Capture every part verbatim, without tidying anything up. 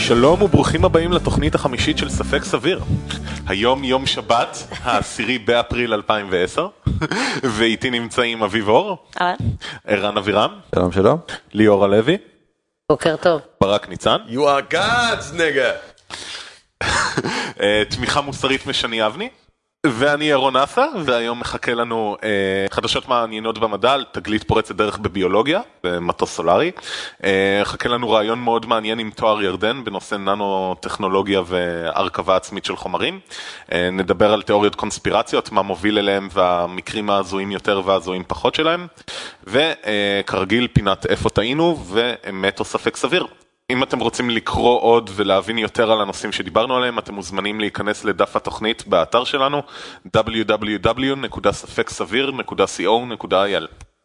שלום וברוכים הבאים לתוכנית החמישית של ספק סביר. היום יום שבת, העשירי באפריל אלפיים ועשר, ואיתי נמצאים אביב אור, ערן אבירם, שלום שלום, ליאור הלוי, בוקר טוב, ברק ניצן, You are God's nigga. תמיכה מוסרית משני אבני, ואני אירון אסה, והיום מחכה לנו אה, חדשות מעניינות במדע על תגלית פורצת דרך בביולוגיה, במטוס סולרי. אה, חכה לנו רעיון מאוד מעניין עם תואר ירדן בנושא ננו-טכנולוגיה והרכבה עצמית של חומרים. אה, נדבר על תיאוריות קונספירציות, מה מוביל אליהם והמקרים ההזויים יותר וההזויים פחות שלהם. וכרגיל פינת איפה טעינו ואמת או ספק סביר. אם אתם רוצים לקרוא עוד ולהבין יותר על הנושאים שדיברנו עליהם, אתם מוזמנים להיכנס לדף התוכנית באתר שלנו דאבליו דאבליו דאבליו נקודה ספק סביר נקודה סי או נקודה איי אל.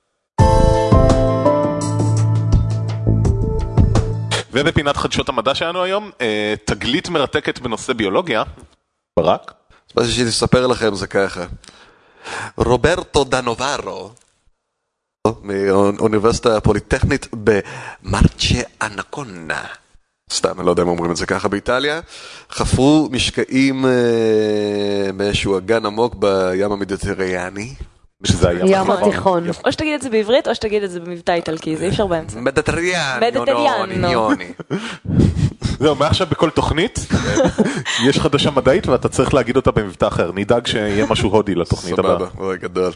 ובפינת חדשות המדע שלנו היום, תגלית מרתקת בנושא ביולוגיה. ברק? מה שתספר לכם זה ככה. רוברטו דנוברו, מאוניברסיטה הפוליטכנית במרצ'ה אנקונה, סתם, אני לא יודע אם אומרים את זה ככה, באיטליה, חפרו משקעים באיזשהו אגן עמוק בים המדיטריאני, שזה ים התיכון. או שתגיד את זה בעברית או שתגיד את זה במבטא איטלקי, זה אי אפשר באמצע. מדיטריאנו. זהו, מעכשיו בכל תוכנית יש חדשה מדעית ואתה צריך להגיד אותה במבטא אחר, נדאג שיהיה משהו הודי לתוכנית הבאה. סבבה, אוי גדול.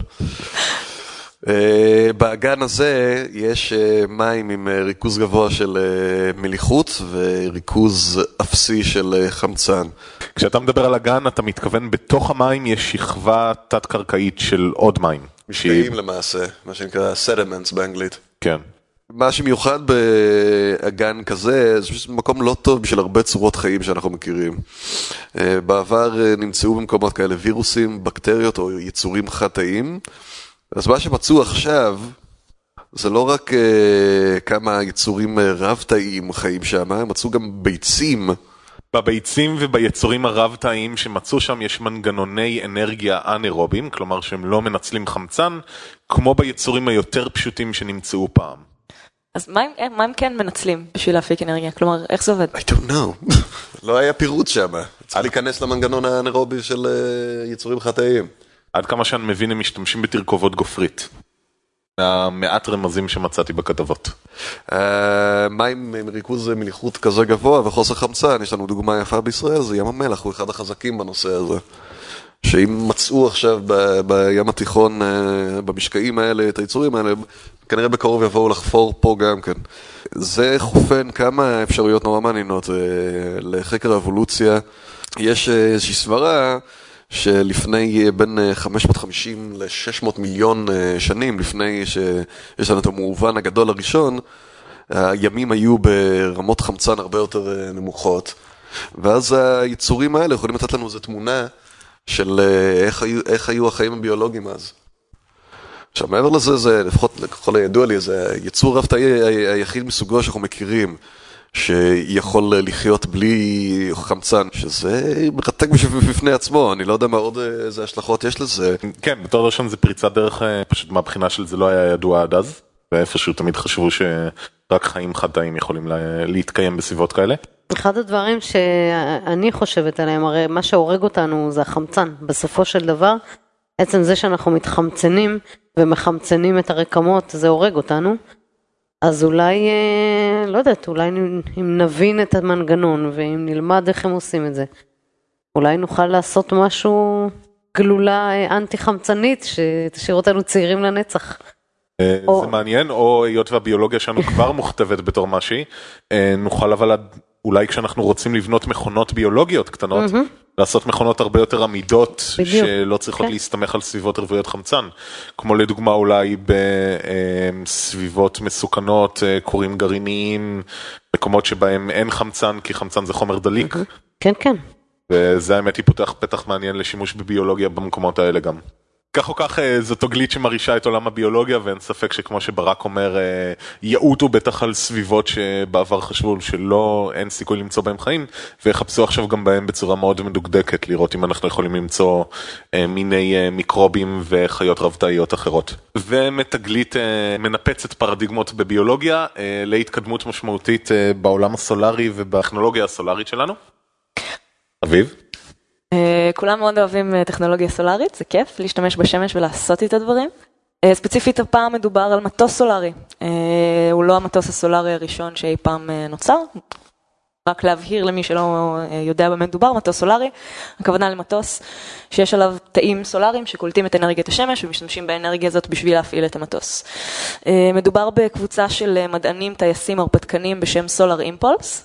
באגן הזה יש מים עם ריכוז גבוה של מליחות וריכוז אפסי של חמצן. כשאתה מדבר על אגן אתה מתכוון בתוך המים יש שכבה תת-קרקעית של עוד מים. משקעים למעשה, מה שנקרא sediments באנגלית. כן. מה שמיוחד באגן כזה, זה מקום לא טוב בשביל הרבה צורות חיים שאנחנו מכירים. בעבר נמצאו במקומות כאלה וירוסים, בקטריות או יצורים חד-תאיים. אז מה שמצאו עכשיו, זה לא רק uh, כמה יצורים רב-תאיים חיים שם, הם מצאו גם ביצים. בביצים וביצורים הרב-תאיים שמצאו שם יש מנגנוני אנרגיה אנאירובים, כלומר שהם לא מנצלים חמצן, כמו ביצורים היותר פשוטים שנמצאו פעם. אז מה הם, מה הם כן מנצלים בשביל להפיק אנרגיה? כלומר, איך זה עובד? I don't know. לא היה פירוט שם. צריך להיכנס למנגנון האנאירובי של uh, יצורים חד-תאיים. עד כמה שאני מבין הם משתמשים בתרכובות גופרית. מהמעט רמזים שמצאתי בכתבות. מים עם ריכוז מליחות כזה גבוה וחוסר חמצן, יש לנו דוגמה יפה בישראל, זה ים המלח, הוא אחד החזקים בנושא הזה. שאם מצאו עכשיו בים התיכון, במשקעים האלה, את היצורים האלה, כנראה בקרוב יבואו לחפור פה גם כן. זה חופן כמה אפשרויות נורא מעניינות לחקר האבולוציה. יש איזושהי סברה, שלפני בין חמש מאות וחמישים ל-שש מאות מיליון שנים, לפני שיש לנו את המאובן הגדול הראשון, הימים היו ברמות חמצן הרבה יותר נמוכות, ואז היצורים האלה יכולים לתת לנו איזו תמונה של איך היו, איך היו החיים הביולוגיים אז. עכשיו, מעבר לזה, זה לפחות ככל הידוע לי, זה יצור רב-תאי היחיד מסוגו שאנחנו מכירים, שיכול לחיות בלי חמצן, שזה מרתק בפני עצמו, אני לא יודע מה עוד איזה השלכות יש לזה. כן, בתור ראשון זה פריצת דרך, פשוט מהבחינה של זה לא היה ידוע עד אז, ואיפשהו תמיד חשבו שרק חיים חד-תאיים יכולים להתקיים בסביבות כאלה. אחד הדברים שאני חושבת עליהם, הרי מה שהורג אותנו זה החמצן, בסופו של דבר, עצם זה שאנחנו מתחמצנים ומחמצנים את הרקמות, זה הורג אותנו, אז אולי, לא יודעת, אולי אם נבין את המנגנון ואם נלמד איך הם עושים את זה, אולי נוכל לעשות משהו, גלולה אנטי-חמצנית שתשאיר אותנו צעירים לנצח. זה מעניין, או היות והביולוגיה שלנו כבר מוכתבת בתור משהי, נוכל אבל אולי כשאנחנו רוצים לבנות מכונות ביולוגיות קטנות, לעשות מכונות הרבה יותר עמידות, שלא צריכות להסתמך על סביבות רוויות חמצן, כמו לדוגמה אולי בסביבות מסוכנות, קורים גרעיניים, מקומות שבהם אין חמצן, כי חמצן זה חומר דליק. כן, כן. וזה האמת היא פותח פתח מעניין לשימוש בביולוגיה במקומות האלה גם. כך או כך זו תגלית שמרישה את עולם הביולוגיה, ואין ספק שכמו שברק אומר, יעוטו בטח על סביבות שבעבר חשבו שלא, אין סיכוי למצוא בהם חיים, ויחפשו עכשיו גם בהם בצורה מאוד מדוקדקת, לראות אם אנחנו יכולים למצוא מיני מיקרובים וחיות רב-תאיות אחרות. ומתגלית מנפצת פרדיגמות בביולוגיה להתקדמות משמעותית בעולם הסולרי ובטכנולוגיה הסולרית שלנו. אביב? כולם מאוד אוהבים טכנולוגיה סולרית, זה כיף להשתמש בשמש ולעשות את הדברים. ספציפית הפעם מדובר על מטוס סולרי. הוא לא המטוס הסולרי הראשון שאי פעם נוצר. רק להבהיר למי שלא יודע במה מדובר, מטוס סולרי. הכוונה למטוס שיש עליו תאים סולריים שקולטים את אנרגיית השמש ומשתמשים באנרגיה הזאת בשביל להפעיל את המטוס. מדובר בקבוצה של מדענים, טייסים, הרפתקנים בשם סולר אימפולס.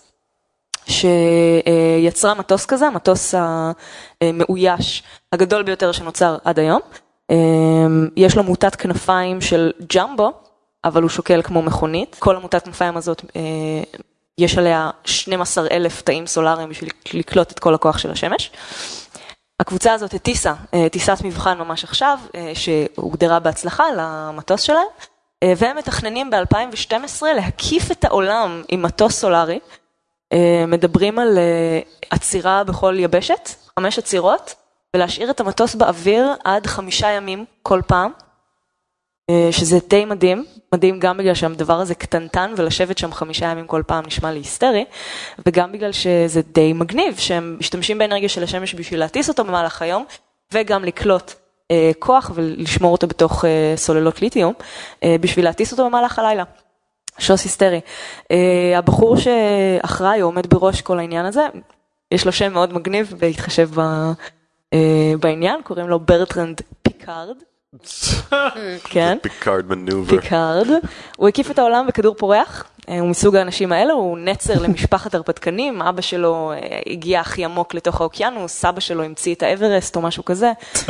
שיצרה מטוס כזה, המטוס המאויש הגדול ביותר שנוצר עד היום. יש לו מוטת כנפיים של ג'מבו, אבל הוא שוקל כמו מכונית. כל המוטת כנפיים הזאת, יש עליה שנים עשר אלף תאים סולריים בשביל לקלוט את כל הכוח של השמש. הקבוצה הזאת הטיסה, טיסת מבחן ממש עכשיו, שהוגדרה בהצלחה למטוס שלהם, והם מתכננים ב-אלפיים ושתים עשרה להקיף את העולם עם מטוס סולרי, מדברים על עצירה בכל יבשת, חמש עצירות, ולהשאיר את המטוס באוויר עד חמישה ימים כל פעם, שזה די מדהים, מדהים גם בגלל שהדבר הזה קטנטן, ולשבת שם חמישה ימים כל פעם נשמע לי היסטרי, וגם בגלל שזה די מגניב, שהם משתמשים באנרגיה של השמש בשביל להטיס אותו במהלך היום, וגם לקלוט כוח ולשמור אותו בתוך סוללות ליתיום, בשביל להטיס אותו במהלך הלילה. שוס היסטרי. הבחור שאחראי או עומד בראש כל העניין הזה, יש לו שם מאוד מגניב והתחשב בעניין, קוראים לו ברטרנד פיקארד. כן. פיקארד מנובר. פיקארד. הוא הקיף את העולם בכדור פורח, הוא מסוג האנשים האלה, הוא נצר למשפחת הרפתקנים, אבא שלו הגיע הכי עמוק לתוך האוקיינוס, סבא שלו המציא את האברסט או משהו כזה.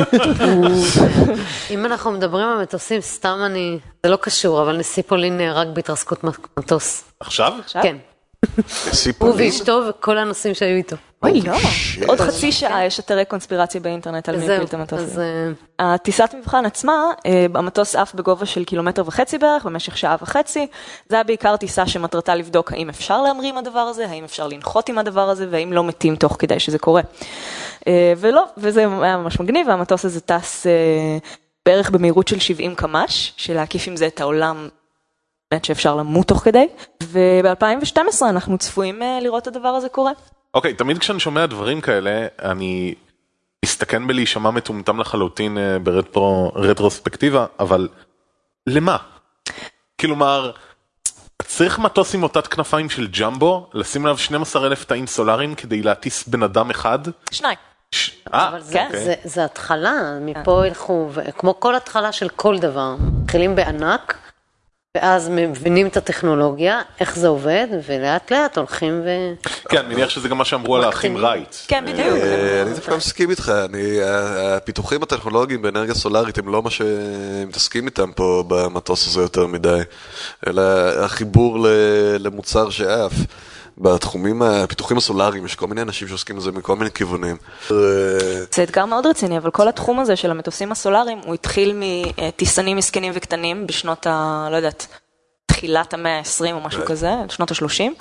אם אנחנו מדברים על מטוסים, סתם אני, זה לא קשור, אבל נשיא פולין נהרג בהתרסקות מטוס. עכשיו? כן. הוא ואשתו וכל הנושאים שהיו איתו. אוי, לא. עוד חצי שעה יש אתרי קונספירציה באינטרנט על מי הפיל את המטוס. הטיסת מבחן עצמה, המטוס עף בגובה של קילומטר וחצי בערך, במשך שעה וחצי. זה היה בעיקר טיסה שמטרתה לבדוק האם אפשר להמריא עם הדבר הזה, האם אפשר לנחות עם הדבר הזה, והאם לא מתים תוך כדי שזה קורה. ולא, וזה היה ממש מגניב, והמטוס הזה טס בערך במהירות של שבעים קמ"ש, של להקיף עם זה את העולם באמת שאפשר למות תוך כדי, וב-אלפיים ושתים עשרה אנחנו צפויים לראות את הדבר הזה קורה. אוקיי, okay, תמיד כשאני שומע דברים כאלה, אני מסתכן בלהישמע מטומטם לחלוטין ברטרוספקטיבה, אבל למה? כלומר, צריך מטוס עם מוטת כנפיים של ג'מבו, לשים עליו שנים עשר אלף תאים סולריים כדי להטיס בן אדם אחד? שניים. אבל זה התחלה, מפה ילכו, כמו כל התחלה של כל דבר, מתחילים בענק, ואז מבינים את הטכנולוגיה, איך זה עובד, ולאט לאט הולכים ו... כן, מניח שזה גם מה שאמרו על האחים רייט. כן, בדיוק. אני דווקא מסכים איתך, הפיתוחים הטכנולוגיים באנרגיה סולרית הם לא מה שמתעסקים איתם פה במטוס הזה יותר מדי, אלא החיבור למוצר שאף. בתחומים, הפיתוחים הסולריים, יש כל מיני אנשים שעוסקים בזה מכל מיני כיוונים. זה אתגר מאוד רציני, אבל כל התחום הזה של המטוסים הסולריים, הוא התחיל מטיסנים מסכנים וקטנים בשנות ה... לא יודעת, תחילת המאה ה-עשרים או משהו כזה, שנות ה-שלושים,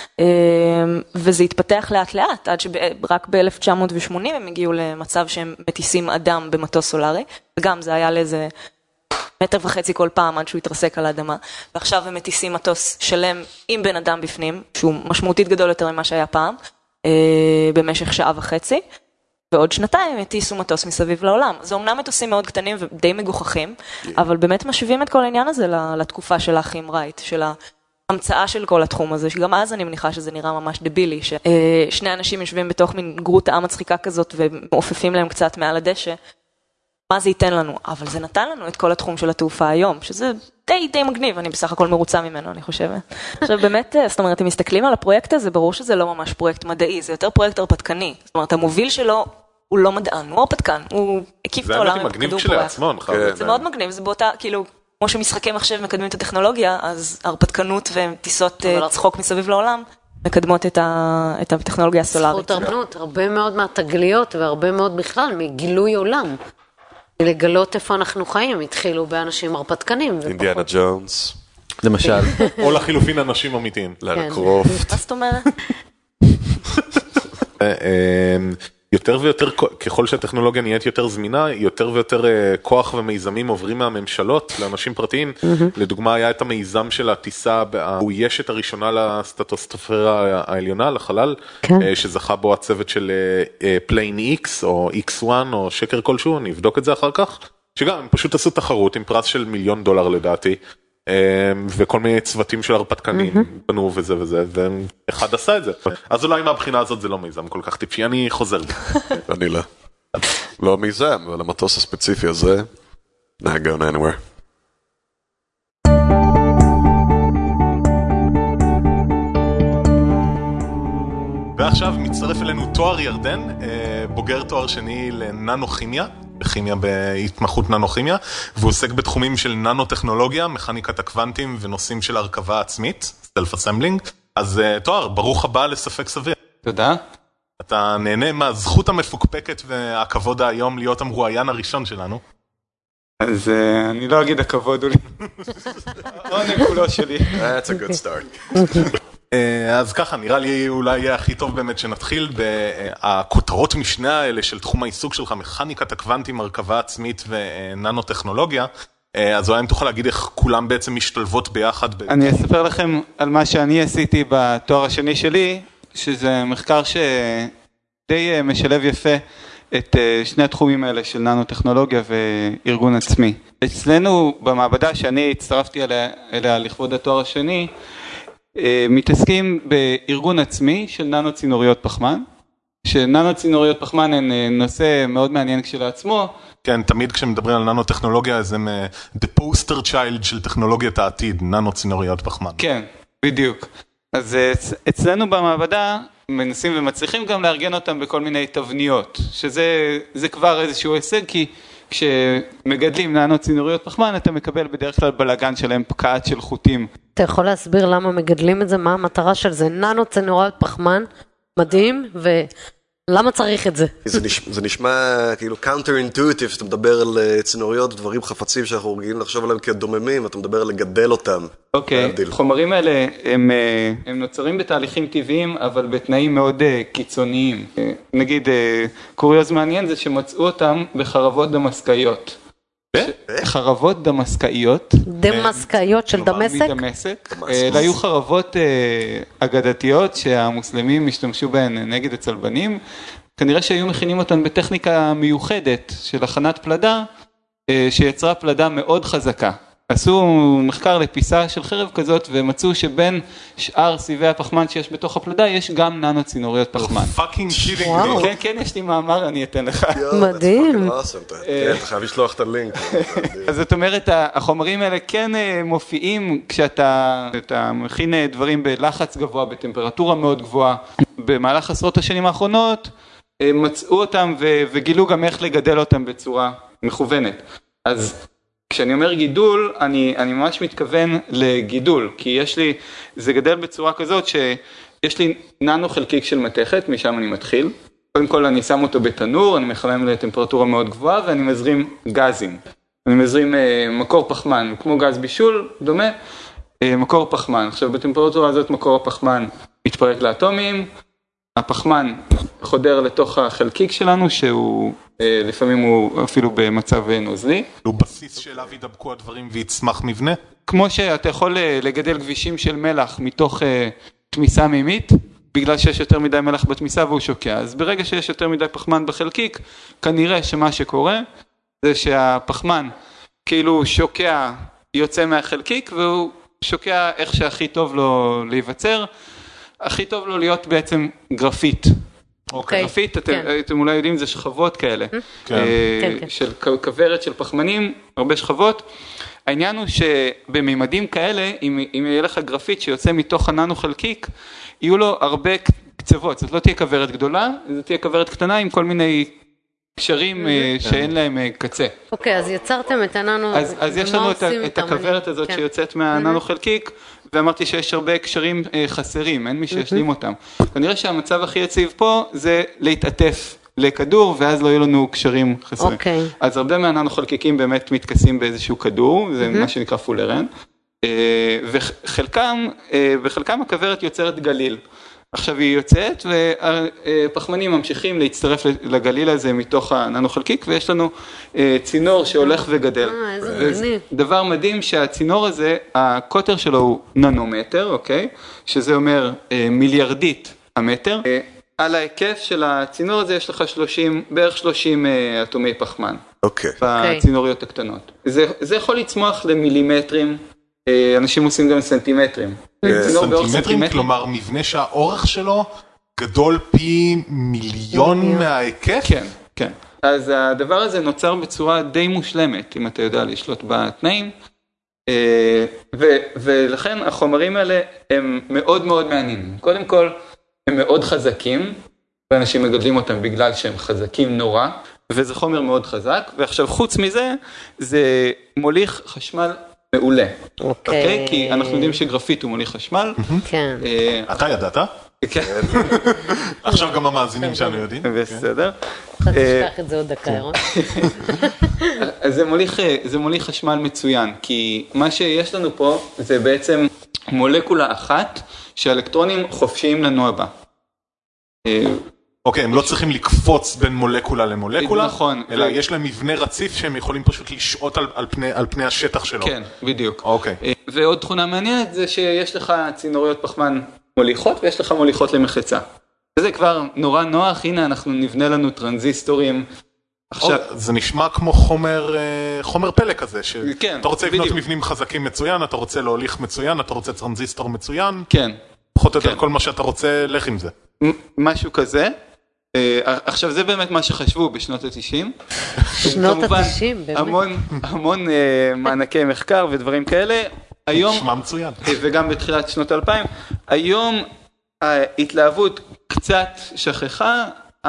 וזה התפתח לאט לאט, עד שרק ב-אלף תשע מאות ושמונים הם הגיעו למצב שהם מטיסים אדם במטוס סולרי, וגם זה היה לאיזה... מטר וחצי כל פעם עד שהוא יתרסק על האדמה, ועכשיו הם מטיסים מטוס שלם עם בן אדם בפנים, שהוא משמעותית גדול יותר ממה שהיה פעם, במשך שעה וחצי, ועוד שנתיים הם הטיסו מטוס מסביב לעולם. זה אומנם מטוסים מאוד קטנים ודי מגוחכים, אבל באמת משווים את כל העניין הזה לתקופה של האחים רייט, של ההמצאה של כל התחום הזה, שגם אז אני מניחה שזה נראה ממש דבילי, ששני אנשים יושבים בתוך מין גרוטה מצחיקה כזאת, ומעופפים להם קצת מעל הדשא, מה זה ייתן לנו? אבל זה נתן לנו את כל התחום של התעופה היום, שזה די די מגניב, אני בסך הכל מרוצה ממנו, אני חושבת. עכשיו באמת, זאת אומרת, אם מסתכלים על הפרויקט הזה, ברור שזה לא ממש פרויקט מדעי, זה יותר פרויקט הרפתקני. זאת אומרת, המוביל שלו הוא לא מדען, הוא הרפתקן, הוא הקיף את העולם עם כדור פורח. זה מאוד מגניב, זה באותה, כאילו, כמו שמשחקי מחשב מקדמים את הטכנולוגיה, אז הרפתקנות וטיסות צחוק מסביב לעולם, מקדמות את הטכנולוגיה הסולרית. זכות הרבנות, הרבה מאוד מהתגליות והרבה מאוד בכלל, מגילוי עולם. לגלות איפה אנחנו חיים, התחילו באנשים הרפתקנים. אינדיאנה ג'ונס. למשל. או לחילופין אנשים אמיתיים. לארה קרופט. מה זאת אומרת? יותר ויותר, ככל שהטכנולוגיה נהיית יותר זמינה, יותר ויותר כוח ומיזמים עוברים מהממשלות לאנשים פרטיים. לדוגמה, היה את המיזם של הטיסה, המאוישת הראשונה לסטטוספירה העליונה, לחלל, שזכה בו הצוות של פליין איקס, או איקס וואן, או שקר כלשהו, אני אבדוק את זה אחר כך, שגם הם פשוט עשו תחרות עם פרס של מיליון דולר לדעתי, וכל מיני צוותים של הרפתקנים בנו וזה וזה, ואחד עשה את זה. אז אולי מהבחינה הזאת זה לא מיזם כל כך טיפשי, אני חוזר. אני לא. לא מיזם, אבל המטוס הספציפי הזה, not going anywhere. ועכשיו מצטרף אלינו תואר ירדן, בוגר תואר שני לננו-כימיה, בכימיה בהתמחות ננו-כימיה, והוא עוסק בתחומים של ננו-טכנולוגיה, מכניקת הקוונטים ונושאים של הרכבה עצמית, self-assembling. אז תואר, ברוך הבא לספק סביר. תודה. אתה נהנה מהזכות המפוקפקת והכבוד היום להיות המרואיין הראשון שלנו. אז אני לא אגיד הכבוד הוא לי. עונג כולו שלי. That's a good start. אז ככה, נראה לי אולי יהיה הכי טוב באמת שנתחיל בכותרות משנה האלה של תחום העיסוק שלך, מכניקת הקוונטים, הרכבה עצמית וננו-טכנולוגיה. אז אולי אם תוכל להגיד איך כולם בעצם משתלבות ביחד. אני אספר לכם על מה שאני עשיתי בתואר השני שלי, שזה מחקר שדי משלב יפה את שני התחומים האלה של ננו-טכנולוגיה וארגון עצמי. אצלנו במעבדה שאני הצטרפתי אליה, אליה לכבוד התואר השני, מתעסקים בארגון עצמי של ננו צינוריות פחמן, שננו צינוריות פחמן הן נושא מאוד מעניין כשלעצמו. כן, תמיד כשמדברים על ננו טכנולוגיה, אז הם the poster child של טכנולוגיית העתיד, ננו צינוריות פחמן. כן, בדיוק. אז אצלנו במעבדה מנסים ומצליחים גם לארגן אותם בכל מיני תבניות, שזה זה כבר איזשהו הישג, כי כשמגדלים ננו צינוריות פחמן, אתה מקבל בדרך כלל בלגן שלהם פקעת של חוטים. אתה יכול להסביר למה מגדלים את זה? מה המטרה של זה? ננו צינוריות פחמן, מדהים, ולמה צריך את זה? זה נשמע, זה נשמע כאילו counter-intuitive, שאתה מדבר על צינוריות, דברים חפצים שאנחנו רגילים לחשוב עליהם כדוממים, ואתה מדבר על לגדל אותם. אוקיי, החומרים האלה הם, הם נוצרים בתהליכים טבעיים, אבל בתנאים מאוד קיצוניים. נגיד, קוריוז מעניין זה שמצאו אותם בחרבות דמסקאיות. חרבות דמסקאיות. דמסקאיות של דמשק? מדמשק. אלה היו חרבות אגדתיות שהמוסלמים השתמשו בהן נגד הצלבנים. כנראה שהיו מכינים אותן בטכניקה מיוחדת של הכנת פלדה, שיצרה פלדה מאוד חזקה. עשו מחקר לפיסה של חרב כזאת, ומצאו שבין שאר סיבי הפחמן שיש בתוך הפלדה, יש גם ננו צינוריות פחמן. פאקינג שיטינג. כן, כן, יש לי מאמר, אני אתן לך. מדהים. אתה חייב לשלוח את הלינק. אז זאת אומרת, החומרים האלה כן מופיעים כשאתה מכין דברים בלחץ גבוה, בטמפרטורה מאוד גבוהה. במהלך עשרות השנים האחרונות, מצאו אותם וגילו גם איך לגדל אותם בצורה מכוונת. אז כשאני אומר גידול, אני, אני ממש מתכוון לגידול, כי יש לי, זה גדל בצורה כזאת שיש לי ננו חלקיק של מתכת, משם אני מתחיל. קודם כל אני שם אותו בתנור, אני מחמם לטמפרטורה מאוד גבוהה, ואני מזרים גזים. אני מזרים אה, מקור פחמן, כמו גז בישול, דומה, אה, מקור פחמן. עכשיו בטמפרטורה הזאת מקור הפחמן מתפרק לאטומים, הפחמן חודר לתוך החלקיק שלנו, שהוא לפעמים הוא אפילו במצב נוזלי. הוא בסיס שאליו ידבקו הדברים ויצמח מבנה? כמו שאתה יכול לגדל גבישים של מלח מתוך תמיסה מימית, בגלל שיש יותר מדי מלח בתמיסה והוא שוקע. אז ברגע שיש יותר מדי פחמן בחלקיק, כנראה שמה שקורה זה שהפחמן כאילו שוקע, יוצא מהחלקיק, והוא שוקע איך שהכי טוב לו להיווצר. הכי טוב לו להיות בעצם גרפית. אוקיי. גרפית, אתם אולי יודעים, זה שכבות כאלה. כן. של כוורת של פחמנים, הרבה שכבות. העניין הוא שבמימדים כאלה, אם יהיה לך גרפית שיוצא מתוך הננו חלקיק, יהיו לו הרבה קצוות. זאת לא תהיה כוורת גדולה, זאת תהיה כוורת קטנה עם כל מיני קשרים שאין להם קצה. אוקיי, אז יצרתם את הננו. אז יש לנו את הכוורת הזאת שיוצאת מהננו חלקיק, ואמרתי שיש הרבה קשרים חסרים, אין מי שישלים אותם. כנראה שהמצב הכי יציב פה זה להתעטף לכדור, ואז לא יהיו לנו קשרים חסרים. אוקיי. אז הרבה מהננו חלקיקים באמת מתכסים באיזשהו כדור, זה מה שנקרא פולרן, וחלקם, וחלקם הכוורת יוצרת גליל. עכשיו היא יוצאת, ופחמנים ממשיכים להצטרף לגליל הזה מתוך הננו חלקיק, ויש לנו צינור שהולך וגדל. אה, איזה מגניב. דבר מדהים שהצינור הזה, הקוטר שלו הוא ננומטר, אוקיי? שזה אומר מיליארדית המטר. על ההיקף של הצינור הזה יש לך שלושים, בערך שלושים אטומי פחמן. אוקיי. בצינוריות הקטנות. זה, זה יכול לצמוח למילימטרים, אנשים עושים גם סנטימטרים. סנטימטרים, כלומר מבנה שהאורך שלו גדול פי מיליון מההיקף? כן, כן. אז הדבר הזה נוצר בצורה די מושלמת, אם אתה יודע לשלוט בתנאים, ו- ולכן החומרים האלה הם מאוד מאוד מעניינים. קודם כל, הם מאוד חזקים, ואנשים מגדלים אותם בגלל שהם חזקים נורא, וזה חומר מאוד חזק, ועכשיו חוץ מזה, זה מוליך חשמל מעולה. אוקיי. כי אנחנו יודעים שגרפיט הוא מוליך חשמל. כן. אתה ידעת? כן. עכשיו גם המאזינים שלנו יודעים. בסדר. אתה תשכח את זה עוד דקה, ירון. אז זה מוליך, זה מוליך חשמל מצוין, כי מה שיש לנו פה זה בעצם מולקולה אחת שהאלקטרונים חופשיים לנוע בה. אוקיי, הם לא צריכים לקפוץ בין מולקולה למולקולה, נכון, אלא יש להם מבנה רציף שהם יכולים פשוט לשעות על, על, פני, על פני השטח שלו. כן, בדיוק. אוקיי. ועוד תכונה מעניינת זה שיש לך צינוריות פחמן מוליכות ויש לך מוליכות למחצה. וזה כבר נורא נוח, הנה אנחנו נבנה לנו טרנזיסטורים. עכשיו... זה נשמע כמו חומר, חומר פלא כזה, שאתה כן, רוצה לבנות בדיוק. מבנים חזקים מצוין, אתה רוצה להוליך מצוין, אתה רוצה טרנזיסטור מצוין. כן. פחות או יותר כן. כל מה שאתה רוצה, לך עם זה. משהו כזה. עכשיו זה באמת מה שחשבו בשנות ה-תשעים. שנות ה-תשעים, באמת. המון, המון מענקי מחקר ודברים כאלה. היום, נשמע מצוין. וגם בתחילת שנות אלפיים, היום ההתלהבות קצת שכחה,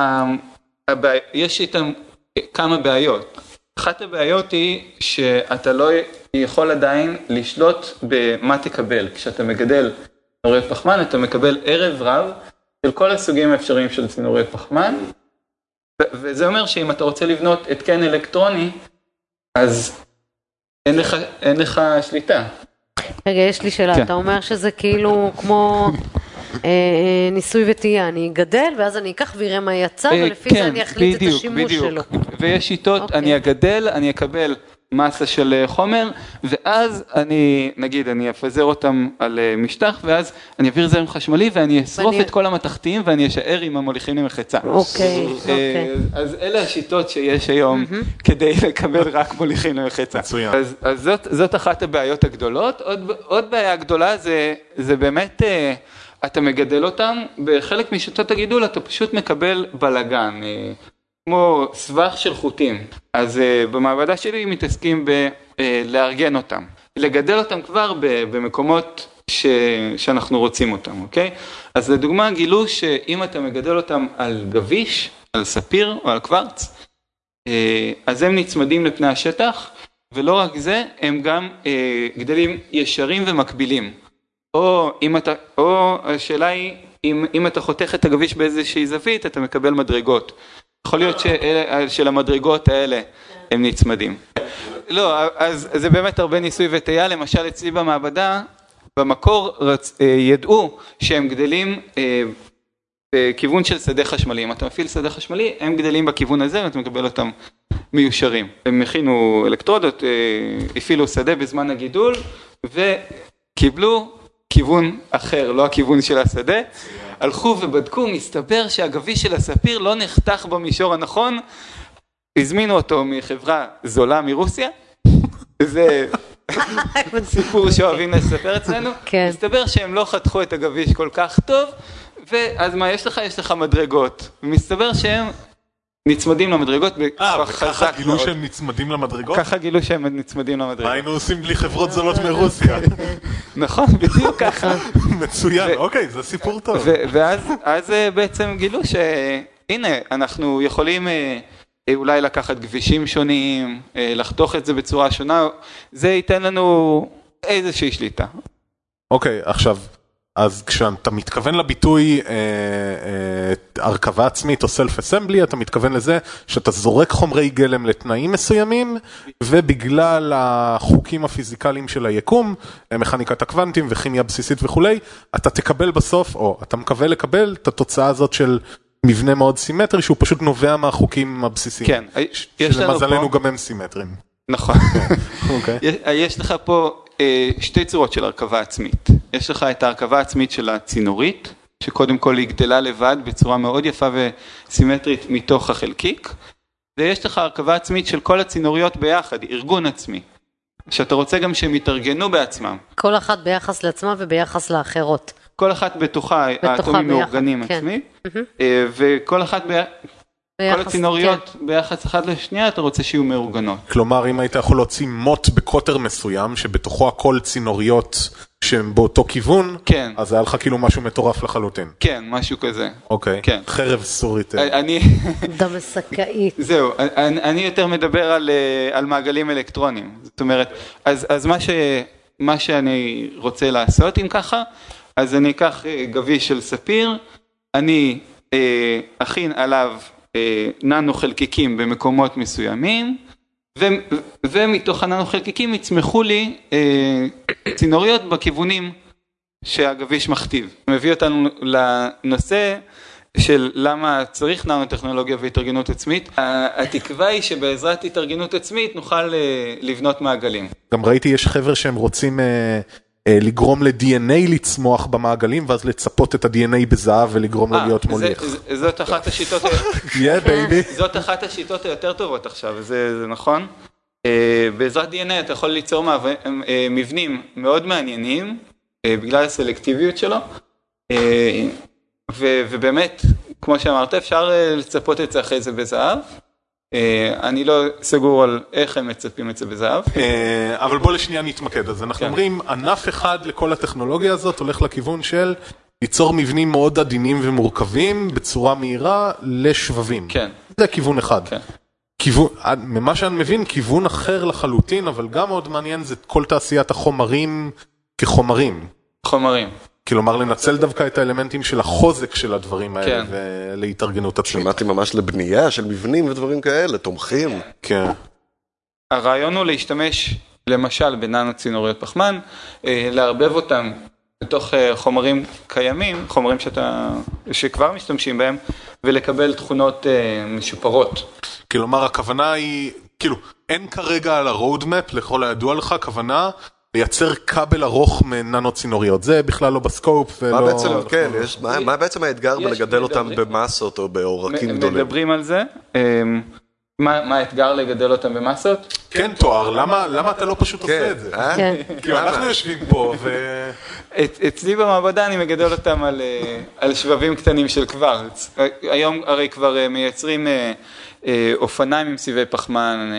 יש איתם כמה בעיות. אחת הבעיות היא שאתה לא יכול עדיין לשלוט במה תקבל. כשאתה מגדל צינוריות פחמן, אתה מקבל ערב רב של כל הסוגים האפשריים של צינוריות פחמן, וזה אומר שאם אתה רוצה לבנות התקן אלקטרוני, אז אין לך, אין לך שליטה. רגע, יש לי שאלה, כן. אתה אומר שזה כאילו כמו אה, ניסוי וטעייה, אני אגדל ואז אני אקח ויראה מה יצא, ולפי זה אני אחליט את השימוש שלו. ויש שיטות, אני אגדל, אני אקבל מסה של חומר, ואז אני, נגיד, אני אפזר אותם על משטח, ואז אני אעביר זרם חשמלי, ואני אשרוף את כל המתכתיים, ואני אשאר עם המוליכים למחצה. אוקיי, אוקיי. אז אלה השיטות שיש היום, כדי לקבל רק מוליכים למחצה. מצוין. אז זאת, זאת אחת הבעיות הגדולות. עוד, עוד בעיה גדולה זה, זה באמת, אתה מגדל אותם, בחלק משיטות הגידול אתה פשוט מקבל בלגן. כמו סבך של חוטים. אז uh, במעבדה שלי מתעסקים בלארגן uh, אותם. לגדל אותם כבר במקומות ש... שאנחנו רוצים אותם, אוקיי? אז לדוגמה גילו שאם אתה מגדל אותם על גביש, על ספיר או על קוורץ, uh, אז הם נצמדים לפני השטח, ולא רק זה, הם גם uh, גדלים ישרים ומקבילים. או, אם אתה, או השאלה היא, אם, אם אתה חותך את הגביש באיזושהי זווית, אתה מקבל מדרגות. יכול להיות של המדרגות האלה הם נצמדים. לא, אז זה באמת הרבה ניסוי וטעייה, למשל אצלי במעבדה, במקור ידעו שהם גדלים בכיוון של שדה חשמלי. אם אתה מפעיל שדה חשמלי, הם גדלים בכיוון הזה ואתה מקבל אותם מיושרים. הם הכינו אלקטרודות, הפעילו שדה בזמן הגידול וקיבלו כיוון אחר, לא הכיוון של השדה. הלכו ובדקו, מסתבר שהגביש של הספיר לא נחתך במישור הנכון, הזמינו אותו מחברה זולה מרוסיה, זה סיפור שאוהבים לספר אצלנו, מסתבר שהם לא חתכו את הגביש כל כך טוב, ואז מה יש לך? יש לך מדרגות, ומסתבר שהם נצמדים למדרגות בכוח חזק מאוד. וככה גילו שהם נצמדים למדרגות? ככה גילו שהם נצמדים למדרגות. מה היינו עושים בלי חברות זולות מרוסיה? נכון, בדיוק ככה. מצוין, אוקיי, זה סיפור טוב. ואז בעצם גילו שהנה, אנחנו יכולים אולי לקחת גבישים שונים, לחתוך את זה בצורה שונה, זה ייתן לנו איזושהי שליטה. אוקיי, עכשיו, אז כשאתה מתכוון לביטוי אה, אה, הרכבה עצמית או self-assembly, אתה מתכוון לזה שאתה זורק חומרי גלם לתנאים מסוימים, ובגלל החוקים הפיזיקליים של היקום, מכניקת הקוונטים וכימיה בסיסית וכולי, אתה תקבל בסוף, או אתה מקווה לקבל את התוצאה הזאת של מבנה מאוד סימטרי, שהוא פשוט נובע מהחוקים הבסיסיים. כן, יש לנו פה... שלמזלנו גם הם סימטריים. נכון. אוקיי. יש לך פה שתי צורות של הרכבה עצמית. יש לך את ההרכבה העצמית של הצינורית, שקודם כל היא גדלה לבד בצורה מאוד יפה וסימטרית מתוך החלקיק, ויש לך הרכבה עצמית של כל הצינוריות ביחד, ארגון עצמי, שאתה רוצה גם שהם יתארגנו בעצמם. כל אחת ביחס לעצמה וביחס לאחרות. כל אחת בתוכה, האטומים מאורגנים עצמי, וכל אחת ביחד, כל הצינוריות כן. ביחס אחד לשנייה, אתה רוצה שיהיו מאורגנות. כלומר, אם היית יכול להוציא מוט בקוטר מסוים, שבתוכו הכל צינוריות שהן באותו כיוון, כן. אז היה לך כאילו משהו מטורף לחלוטין. כן, משהו כזה. אוקיי, כן. חרב סורית. אני... דמשקאית. זהו, אני, אני יותר מדבר על, על מעגלים אלקטרונים. זאת אומרת, אז, אז מה, ש, מה שאני רוצה לעשות, אם ככה, אז אני אקח גביש של ספיר, אני אה, אכין עליו ננו חלקיקים במקומות מסוימים, ו, ומתוך הננו חלקיקים יצמחו לי אה, צינוריות בכיוונים שהגביש מכתיב. מביא אותנו לנושא של למה צריך ננו טכנולוגיה והתארגנות עצמית. התקווה היא שבעזרת התארגנות עצמית נוכל אה, לבנות מעגלים. גם ראיתי יש חבר שהם רוצים... אה... לגרום ל-די אן איי לצמוח במעגלים, ואז לצפות את ה-די אן איי בזהב ולגרום לו להיות מוליך. זאת אחת השיטות... Yeah, baby. זאת אחת השיטות היותר טובות עכשיו, זה נכון. בעזרת די אן איי אתה יכול ליצור מבנים מאוד מעניינים, בגלל הסלקטיביות שלו, ובאמת, כמו שאמרת, אפשר לצפות את זה אחרי זה בזהב. אני לא סגור על איך הם מצפים את זה בזהב. אבל בוא לשנייה נתמקד. אז אנחנו אומרים, ענף אחד לכל הטכנולוגיה הזאת הולך לכיוון של ליצור מבנים מאוד עדינים ומורכבים בצורה מהירה לשבבים. כן. זה כיוון אחד. כן. כיוון, ממה שאני מבין, כיוון אחר לחלוטין, אבל גם מאוד מעניין זה כל תעשיית החומרים כחומרים. חומרים. כלומר, לנצל דווקא את האלמנטים של החוזק של הדברים האלה, כן. ולהתארגנות עצמית. שמעתי ממש לבנייה של מבנים ודברים כאלה, תומכים. כן. הרעיון הוא להשתמש, למשל, בננו צינוריות פחמן, לערבב אותם בתוך חומרים קיימים, חומרים שאתה, שכבר משתמשים בהם, ולקבל תכונות משופרות. כלומר, הכוונה היא, כאילו, אין כרגע על הרודמפ, לכל הידוע לך, הכוונה... לייצר כבל ארוך מננו צינוריות, זה בכלל לא בסקופ ולא... מה בעצם, כן, יש, מה, מה בעצם האתגר בלגדל אותם במסות או בעורקים גדולים? מדברים על זה, מה, מה האתגר לגדל אותם במסות? כן, תואר, למה, למה אתה לא פשוט עושה את זה? כי אנחנו יושבים פה ו... אצלי במעבדה אני מגדל אותם על, על שבבים קטנים של קוורץ. היום הרי כבר מייצרים אופניים עם סיבי פחמן,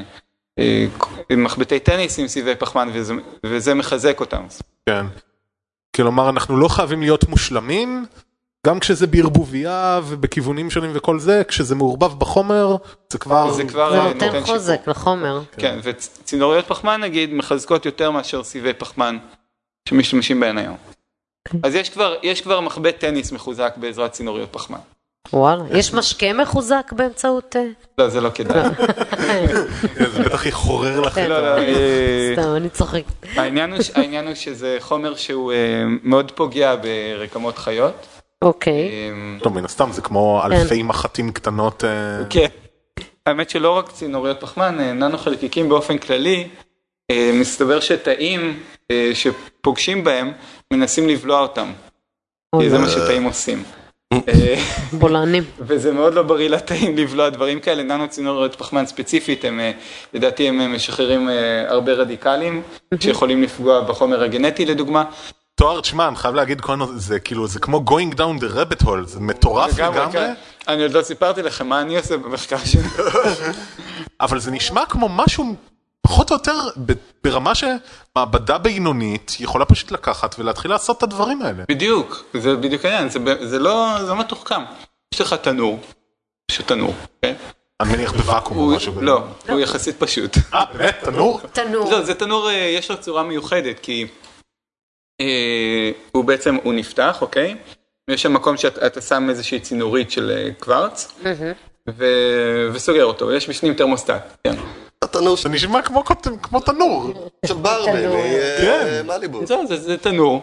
מחבטי טניס עם סיבי פחמן, וזה, וזה מחזק אותם. כן. כלומר, אנחנו לא חייבים להיות מושלמים, גם כשזה בערבוביה ובכיוונים שונים וכל זה, כשזה מעורבב בחומר, זה כבר... זה כבר זה נותן חוזק לחומר. כן, וצינוריות פחמן, נגיד, מחזקות יותר מאשר סיבי פחמן שמשתמשים בהן היום. אז יש כבר, יש כבר מחבט טניס מחוזק בעזרת צינוריות פחמן. וואלה, יש משקה מחוזק באמצעות... לא, זה לא כדאי. זה בטח יחורר לך. לא, לא. סתם, אני צוחק. העניין הוא שזה חומר שהוא מאוד פוגע ברקמות חיות. אוקיי. טוב, מן הסתם, זה כמו אלפי מחטים קטנות. כן. האמת שלא רק צינוריות פחמן, ננו חלקיקים באופן כללי, מסתבר שתאים שפוגשים בהם, מנסים לבלוע אותם. זה מה שתאים עושים. בולענים. וזה מאוד לא בריא לתאים לבלוע דברים כאלה. ננו צינוריות פחמן ספציפית, הם, לדעתי הם משחררים הרבה רדיקלים, שיכולים לפגוע בחומר הגנטי לדוגמה. תואר, תשמע, אני חייב להגיד, זה כאילו, זה כמו going down the rabbit hole, זה מטורף לגמרי. אני עוד לא סיפרתי לכם מה אני עושה במחקר שלי. אבל זה נשמע כמו משהו פחות או יותר ברמה שמעבדה בינונית יכולה פשוט לקחת ולהתחיל לעשות את הדברים האלה. בדיוק, זה בדיוק העניין, זה לא מתוחכם. יש לך תנור, שתנור, כן? אני מניח בוואקום או משהו. לא, הוא יחסית פשוט. אה, באמת? תנור? תנור. לא, זה תנור, יש לו צורה מיוחדת, כי הוא בעצם, הוא נפתח, אוקיי? ויש שם מקום שאתה שם איזושהי צינורית של קוורץ, וסוגר אותו, יש בשנים תרמוסטט, כן. התנור זה נשמע כמו תנור. של ברמן, מאליבו. זה תנור.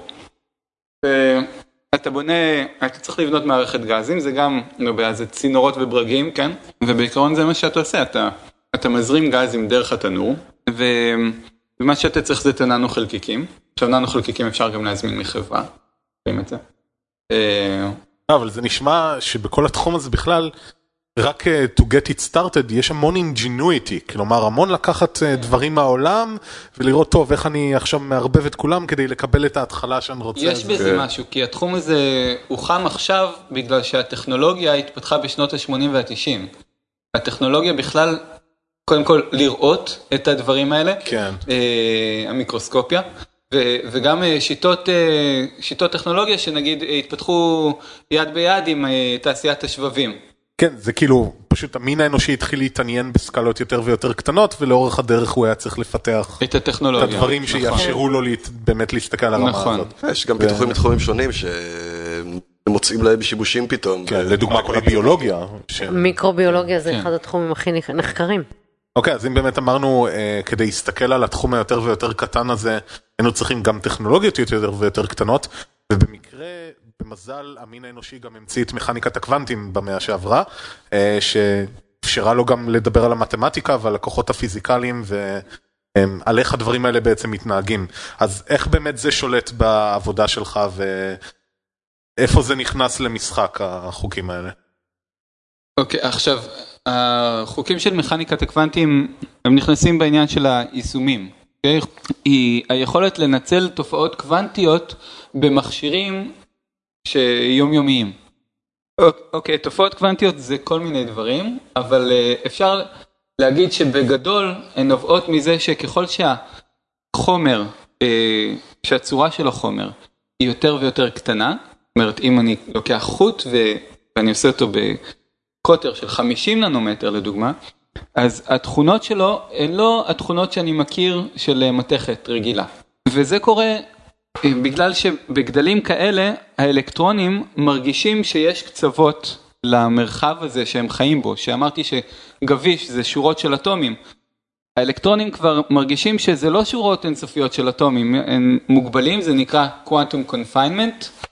אתה בונה, אתה צריך לבנות מערכת גזים, זה גם, זה צינורות וברגים, כן? ובעיקרון זה מה שאתה עושה, אתה, אתה מזרים גזים דרך התנור, ומה שאתה צריך זה את הננו חלקיקים. עכשיו ננו חלקיקים אפשר גם להזמין מחברה, רואים את זה. אבל זה נשמע שבכל התחום הזה בכלל, רק to get it started, יש המון ingenuity, כלומר המון לקחת דברים מהעולם, ולראות טוב איך אני עכשיו מערבב את כולם כדי לקבל את ההתחלה שאני רוצה. יש בזה משהו, כי התחום הזה הוא חם עכשיו, בגלל שהטכנולוגיה התפתחה בשנות ה-שמונים וה-תשעים. הטכנולוגיה בכלל, קודם כל לראות את הדברים האלה, כן. המיקרוסקופיה, וגם שיטות, שיטות טכנולוגיה שנגיד התפתחו יד ביד עם תעשיית השבבים. כן, זה כאילו, פשוט המין האנושי התחיל להתעניין בסקלות יותר ויותר קטנות, ולאורך הדרך הוא היה צריך לפתח את הטכנולוגיה. את הדברים שיאפשרו לו באמת להסתכל על הרמה הזאת. יש גם פיתוחים מתחומים שונים שמוצאים להם שיבושים פתאום. כן, לדוגמה כל הביולוגיה. מיקרוביולוגיה זה אחד התחומים הכי נחקרים. אוקיי, אז אם באמת אמרנו, כדי להסתכל על התחום היותר ויותר קטן הזה, היינו צריכים גם טכנולוגיות יותר ויותר קטנות, ובמקרה, במזל, המין האנושי גם המציא את מכניקת הקוונטים במאה שעברה, שאפשרה לו גם לדבר על המתמטיקה ועל הכוחות הפיזיקליים, ועל איך הדברים האלה בעצם מתנהגים. אז איך באמת זה שולט בעבודה שלך, ואיפה זה נכנס למשחק, החוקים האלה? אוקיי, עכשיו, החוקים של מכניקת הקוונטים, הם נכנסים בעניין של היישומים. היא היכולת לנצל תופעות קוונטיות במכשירים שיומיומיים. אוקיי, תופעות קוונטיות זה כל מיני דברים, אבל אפשר להגיד שבגדול הן נובעות מזה שככל שהחומר, שהצורה של החומר היא יותר ויותר קטנה, זאת אומרת, אם אני לוקח חוט ואני עושה אותו בקוטר של חמישים ננומטר לדוגמה, אז התכונות שלו הן לא התכונות שאני מכיר של מתכת רגילה. וזה קורה בגלל שבגדלים כאלה האלקטרונים מרגישים שיש קצוות למרחב הזה שהם חיים בו. שאמרתי שגביש זה שורות של אטומים. האלקטרונים כבר מרגישים שזה לא שורות אינסופיות של אטומים, הם מוגבלים, זה נקרא quantum confinement,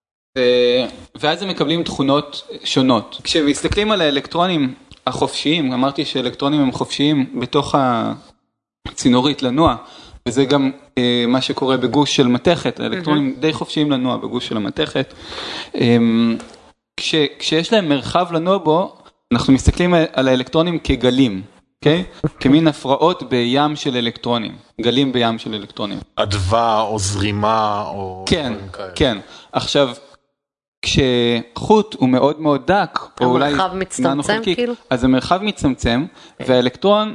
ואז הם מקבלים תכונות שונות. כשמסתכלים על האלקטרונים החופשיים, אמרתי שאלקטרונים הם חופשיים בתוך הצינורית לנוע, וזה גם אה, מה שקורה בגוש של מתכת, האלקטרונים די חופשיים לנוע בגוש של המתכת. אה, כש, כשיש להם מרחב לנוע בו, אנחנו מסתכלים על האלקטרונים כגלים, אוקיי? כמין הפרעות בים של אלקטרונים, גלים בים של אלקטרונים. אדווה או זרימה או... כן, כן. עכשיו, כשחוט הוא מאוד מאוד דק, או אולי המרחב מצטמצם כאילו? אז המרחב מצטמצם, והאלקטרון,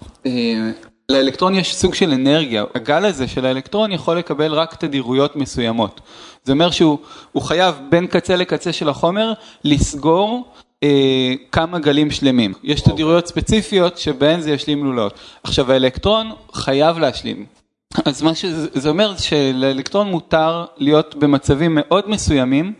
לאלקטרון יש סוג של אנרגיה, הגל הזה של האלקטרון יכול לקבל רק תדירויות מסוימות. זה אומר שהוא חייב בין קצה לקצה של החומר לסגור אה, כמה גלים שלמים. יש תדירויות ספציפיות שבהן זה ישלים לולאות. עכשיו האלקטרון חייב להשלים. אז מה שזה אומר שלאלקטרון מותר להיות במצבים מאוד מסוימים,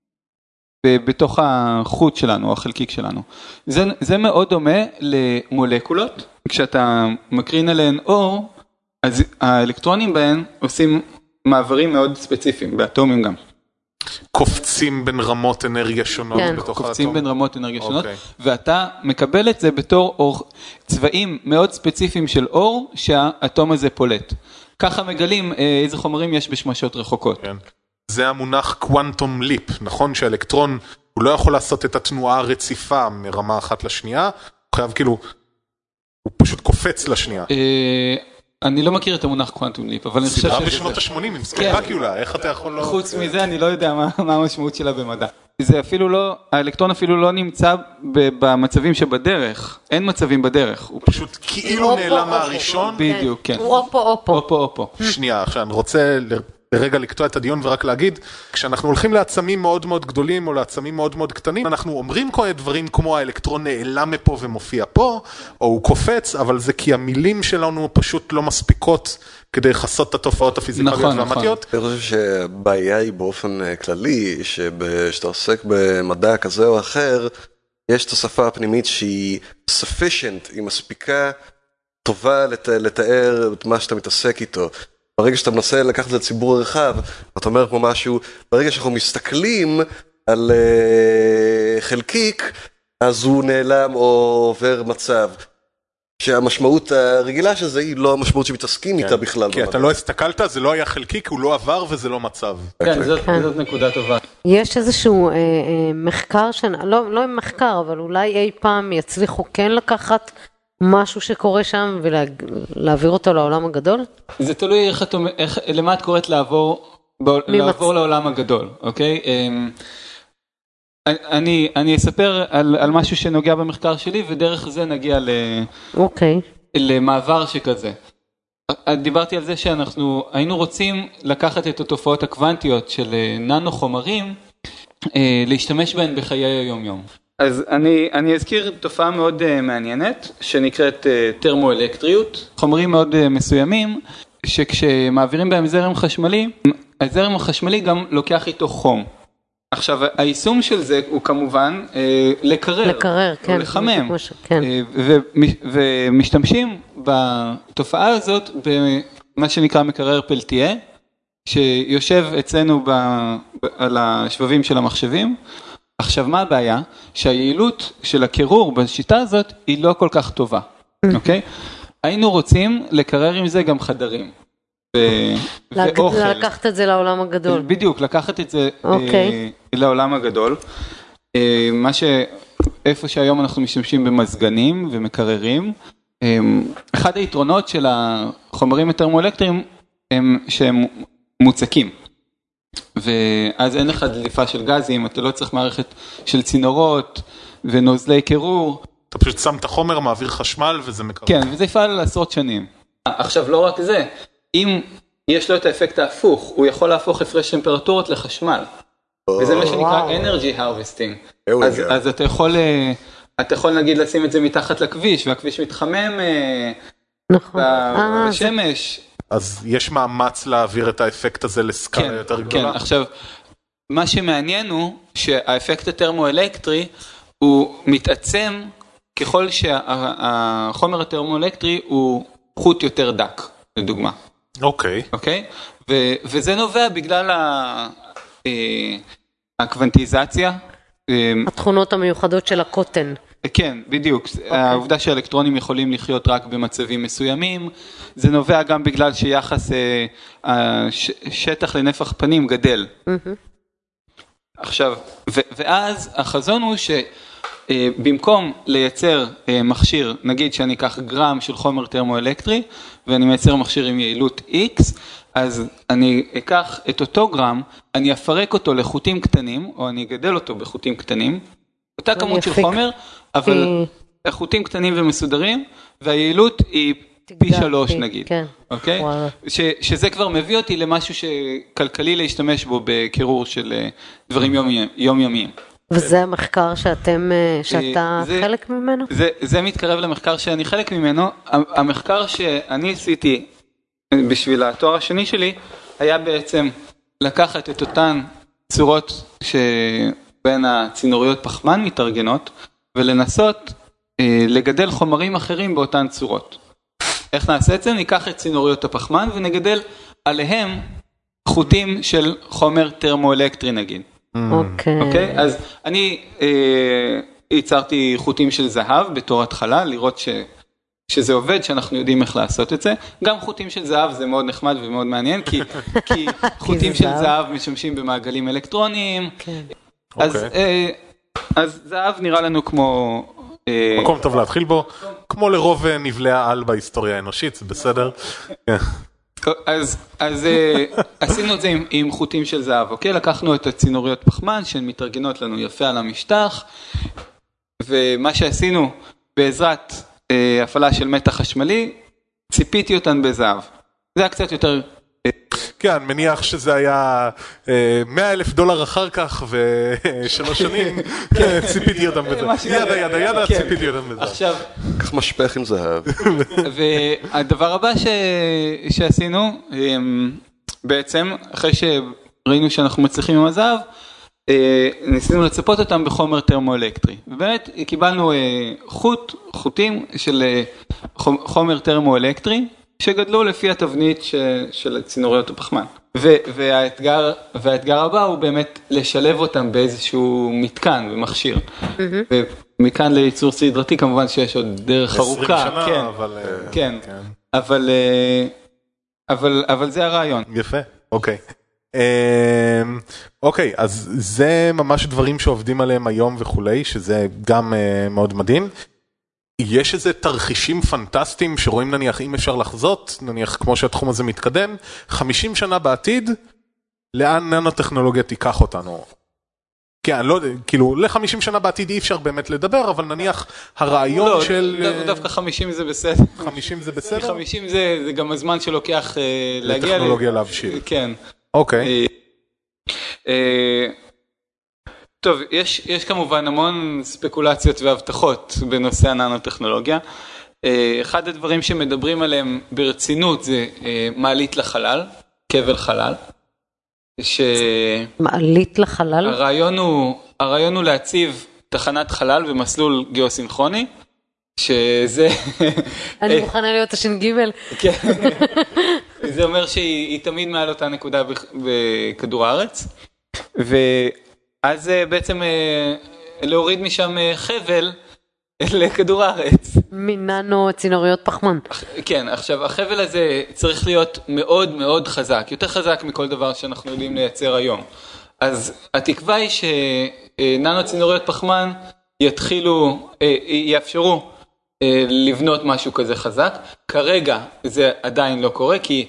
בתוך החוט שלנו, או החלקיק שלנו. זה, זה מאוד דומה למולקולות. כשאתה מקרין עליהן אור, אז האלקטרונים בהן עושים מעברים מאוד ספציפיים, באטומים גם. קופצים בין רמות אנרגיה שונות כן. בתוך האטום. קופצים בין רמות אנרגיה שונות, אוקיי. ואתה מקבל את זה בתור אור, צבעים מאוד ספציפיים של אור, שהאטום הזה פולט. ככה מגלים איזה חומרים יש בשמשות רחוקות. כן. זה המונח קוונטום ליפ, נכון? שהאלקטרון הוא לא יכול לעשות את התנועה הרציפה מרמה אחת לשנייה, הוא חייב כאילו, הוא פשוט קופץ לשנייה. אני לא מכיר את המונח קוונטום ליפ, אבל אני חושב סדרה בשנות ה-שמונים, עם סקרקיולה, איך אתה יכול לא... חוץ מזה אני לא יודע מה המשמעות שלה במדע. זה אפילו לא, האלקטרון אפילו לא נמצא במצבים שבדרך, אין מצבים בדרך. הוא פשוט כאילו נעלם מהראשון. בדיוק, כן. הוא אופו אופו. אופו אופו. שנייה, עכשיו אני רוצה לרגע לקטוע את הדיון ורק להגיד, כשאנחנו הולכים לעצמים מאוד מאוד גדולים או לעצמים מאוד מאוד קטנים, אנחנו אומרים כל מיני דברים כמו האלקטרון נעלם מפה ומופיע פה, או הוא קופץ, אבל זה כי המילים שלנו פשוט לא מספיקות כדי לחסות את התופעות הפיזיקליות נכון, והמתיות. אני חושב שהבעיה היא באופן כללי, שאתה עוסק במדע כזה או אחר, יש את השפה הפנימית שהיא sufficient, היא מספיקה טובה לת... לתאר את מה שאתה מתעסק איתו. ברגע שאתה מנסה לקחת את זה לציבור הרחב, אתה אומר כמו משהו, ברגע שאנחנו מסתכלים על uh, חלקיק, אז הוא נעלם או עובר מצב. שהמשמעות הרגילה של זה היא לא המשמעות שמתעסקים איתה בכלל. כי אתה לא הסתכלת, זה לא היה חלקיק, הוא לא עבר וזה לא מצב. כן, זאת נקודה טובה. יש איזשהו אה, אה, מחקר, לא, לא מחקר, אבל אולי אי פעם יצליחו כן לקחת משהו שקורה שם ולהעביר אותו לעולם הגדול? זה תלוי איך את, איך, למה את קוראת לעבור, לעבור לעולם הגדול, אוקיי? אני, אני אספר על, על משהו שנוגע במחקר שלי, ודרך זה נגיע ל, אוקיי. למעבר שכזה. דיברתי על זה שאנחנו היינו רוצים לקחת את התופעות הקוונטיות של ננו חומרים, להשתמש בהן בחיי היום-יום. אז אני, אני אזכיר תופעה מאוד מעניינת, שנקראת טרמואלקטריות, חומרים מאוד מסוימים, שכשמעבירים בהם זרם חשמלי, הזרם החשמלי גם לוקח איתו חום. עכשיו, היישום של זה הוא כמובן אה, לקרר, לקרר, כן, לחמם, ש... כן. אה, ו, ומשתמשים בתופעה הזאת במה שנקרא מקרר פלטיה, שיושב אצלנו ב, ב, על השבבים של המחשבים. עכשיו, מה הבעיה? שהיעילות של הקירור בשיטה הזאת היא לא כל כך טובה, אוקיי? היינו רוצים לקרר עם זה גם חדרים. ואוכל. לקחת את זה לעולם הגדול. בדיוק, לקחת את זה אוקיי. לעולם הגדול. מה ש... איפה שהיום אנחנו משתמשים במזגנים ומקררים, אחד היתרונות של החומרים הטרמואלקטריים הם שהם מוצקים. ואז אין לך דליפה של גזים, אתה לא צריך מערכת של צינורות ונוזלי קירור. אתה פשוט שם את החומר, מעביר חשמל וזה מקרר. כן, וזה יפעל על עשרות שנים. עכשיו, לא רק זה, אם יש לו את האפקט ההפוך, הוא יכול להפוך הפרש טמפרטורות לחשמל. וזה מה שנקרא energy harvesting. אז, אז אתה יכול, אתה יכול נגיד לשים את זה מתחת לכביש, והכביש מתחמם נכון. בשמש. אז יש מאמץ להעביר את האפקט הזה לסקאלה כן, יותר גדולה? כן, עכשיו, מה שמעניין הוא שהאפקט הטרמואלקטרי הוא מתעצם ככל שהחומר הטרמואלקטרי הוא חוט יותר דק, לדוגמה. אוקיי. אוקיי? ו- וזה נובע בגלל ה- אה, הקוונטיזציה. התכונות המיוחדות של הקוטן. כן, בדיוק. Okay. העובדה שהאלקטרונים יכולים לחיות רק במצבים מסוימים, זה נובע גם בגלל שיחס אה, הש- שטח לנפח פנים גדל. Mm-hmm. עכשיו, ו- ואז החזון הוא ש... במקום לייצר מכשיר, נגיד שאני אקח גרם של חומר טרמואלקטרי, ואני מייצר מכשיר עם יעילות X, אז אני אקח את אותו גרם, אני אפרק אותו לחוטים קטנים, או אני אגדל אותו בחוטים קטנים, אותה כמות של חומר, אבל חוטים קטנים ומסודרים, והיעילות היא פי שלוש נגיד. אוקיי? שזה כבר מביא אותי למשהו שכלכלי להשתמש בו בקירור של דברים יומיומיים. וזה המחקר שאתם, שאתה זה, חלק ממנו? זה, זה מתקרב למחקר שאני חלק ממנו. המחקר שאני עשיתי בשביל התואר השני שלי, היה בעצם לקחת את אותן צורות שבין הצינוריות פחמן מתארגנות, ולנסות אה, לגדל חומרים אחרים באותן צורות. איך נעשה את זה? ניקח את צינוריות הפחמן ונגדל עליהם חוטים של חומר טרמואלקטרי נגיד. אוקיי. אוקיי? אז אני אה, ייצרתי חוטים של זהב בתור התחלה, לראות ש, שזה עובד, שאנחנו יודעים איך לעשות את זה. גם חוטים של זהב זה מאוד נחמד ומאוד מעניין, כי, כי חוטים של זהב משמשים במעגלים אלקטרוניים. כן. אז, אוקיי. אה, אז זהב נראה לנו כמו... אה, מקום טוב להתחיל בו, כמו לרוב נבלי העל בהיסטוריה האנושית, זה בסדר? כן. אז, אז עשינו את זה עם, עם חוטים של זהב, אוקיי? לקחנו את הצינוריות פחמן שהן מתארגנות לנו יפה על המשטח, ומה שעשינו בעזרת אה, הפעלה של מתח חשמלי, ציפיתי אותן בזהב. זה היה קצת יותר... כן, מניח שזה היה מאה אלף דולר אחר כך ושלוש שנים, ציפיתי אותם בזה. ידה, ידה, ידה, ציפיתי אותם בזה. עכשיו... כך משפך עם זהב. והדבר הבא שעשינו, בעצם, אחרי שראינו שאנחנו מצליחים עם הזהב, ניסינו לצפות אותם בחומר טרמואלקטרי. ובאמת קיבלנו חוט, חוטים של חומר טרמואלקטרי, שגדלו לפי התבנית של צינוריות הפחמן. והאתגר, והאתגר הבא הוא באמת לשלב אותם באיזשהו מתקן ומכשיר. ומכאן לייצור סדרתי כמובן שיש עוד דרך ארוכה. עשרים שנה, כן, אבל... כן, אבל, אבל, אבל זה הרעיון. יפה, אוקיי. אוקיי, אז זה ממש דברים שעובדים עליהם היום וכולי, שזה גם מאוד מדהים. יש איזה תרחישים פנטסטיים שרואים נניח אם אפשר לחזות, נניח כמו שהתחום הזה מתקדם, חמישים שנה בעתיד, לאן ננו-טכנולוגיה תיקח אותנו? כן, לא, כאילו, ל-חמישים שנה בעתיד אי אפשר באמת לדבר, אבל נניח הרעיון לא, של... דו, דווקא חמישים זה בסדר. חמישים זה בסדר? חמישים זה, זה גם הזמן שלוקח uh, להגיע... לטכנולוגיה ל... להבשיל. כן. אוקיי. Uh, uh, טוב, יש, יש כמובן המון ספקולציות והבטחות בנושא הננו-טכנולוגיה. אחד הדברים שמדברים עליהם ברצינות זה מעלית לחלל, כבל חלל. ש... מעלית לחלל? הרעיון הוא, הרעיון הוא להציב תחנת חלל במסלול גיאוסינכרוני, שזה... אני מוכנה להיות הש"ג. כן. זה אומר שהיא תמיד מעל אותה נקודה בכדור הארץ. ו... אז בעצם להוריד משם חבל לכדור הארץ. מננו צינוריות פחמן. כן, עכשיו החבל הזה צריך להיות מאוד מאוד חזק, יותר חזק מכל דבר שאנחנו יודעים לייצר היום. אז התקווה היא שננו צינוריות פחמן יתחילו, יאפשרו לבנות משהו כזה חזק. כרגע זה עדיין לא קורה, כי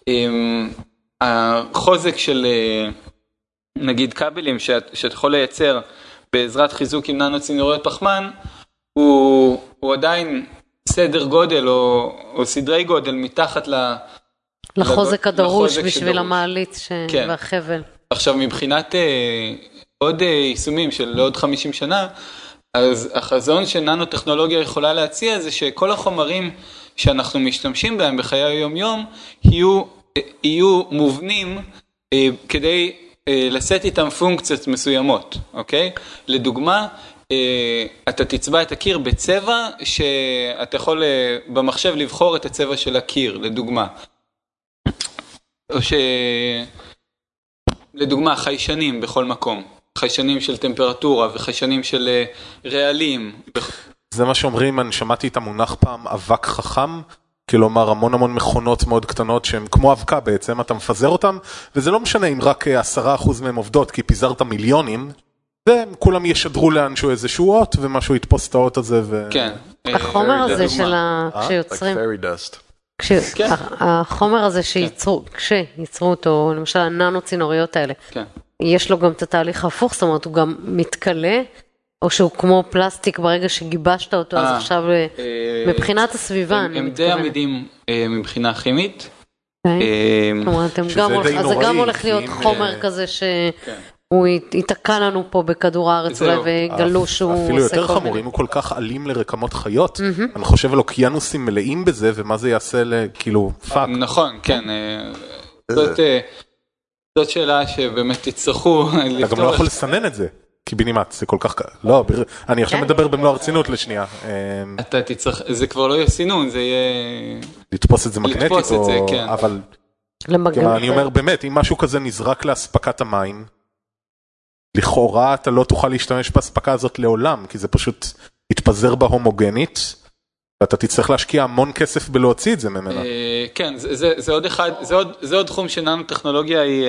החוזק של... נגיד כבלים שאת יכול לייצר בעזרת חיזוק עם ננו צינוריות פחמן, הוא, הוא עדיין סדר גודל או, או סדרי גודל מתחת ל... לחוזק הדרוש בשביל המעלית ש... כן. והחבל. עכשיו מבחינת אה, עוד אה, יישומים של עוד חמישים שנה, אז החזון שננו טכנולוגיה יכולה להציע זה שכל החומרים שאנחנו משתמשים בהם בחיי היום יום, יהיו, אה, יהיו מובנים אה, כדי... לשאת איתם פונקציות מסוימות, אוקיי? לדוגמה, אתה תצבע את הקיר בצבע שאתה יכול במחשב לבחור את הצבע של הקיר, לדוגמה. או ש... לדוגמה, חיישנים בכל מקום. חיישנים של טמפרטורה וחיישנים של רעלים. זה מה שאומרים, אני שמעתי את המונח פעם, אבק חכם. כלומר, המון המון מכונות מאוד קטנות שהן כמו אבקה בעצם, אתה מפזר אותן, וזה לא משנה אם רק עשרה אחוז מהם עובדות, כי פיזרת מיליונים, וכולם ישדרו לאנשהו איזשהו אות, ומשהו יתפוס את האות הזה. ו... כן. החומר הזה של ה... כשיוצרים... החומר הזה שייצרו, כשייצרו אותו, למשל הננו צינוריות האלה, יש לו גם את התהליך ההפוך, זאת אומרת, הוא גם מתקלה, או שהוא כמו פלסטיק ברגע שגיבשת אותו, אז עכשיו מבחינת הסביבה, הם די עמידים מבחינה כימית. אז זה גם הולך להיות חומר כזה שהוא ייתקע לנו פה בכדור הארץ וגלו שהוא... אפילו יותר חמור, אם הוא כל כך אלים לרקמות חיות, אני חושב על אוקיינוסים מלאים בזה, ומה זה יעשה לכאילו פאק. נכון, כן. זאת שאלה שבאמת תצטרכו לפתור. אתה גם לא יכול לסנן את זה. קיבינימט, זה כל כך... לא, אני עכשיו מדבר במלוא הרצינות לשנייה. אתה תצטרך, זה כבר לא יהיה סינון, זה יהיה... לתפוס את זה מגנטית, לתפוס את זה, כן. אבל... אני אומר באמת, אם משהו כזה נזרק להספקת המים, לכאורה אתה לא תוכל להשתמש בהספקה הזאת לעולם, כי זה פשוט יתפזר בה הומוגנית, ואתה תצטרך להשקיע המון כסף בלהוציא את זה ממנה. כן, זה עוד אחד, זה עוד תחום שננו טכנולוגיה היא...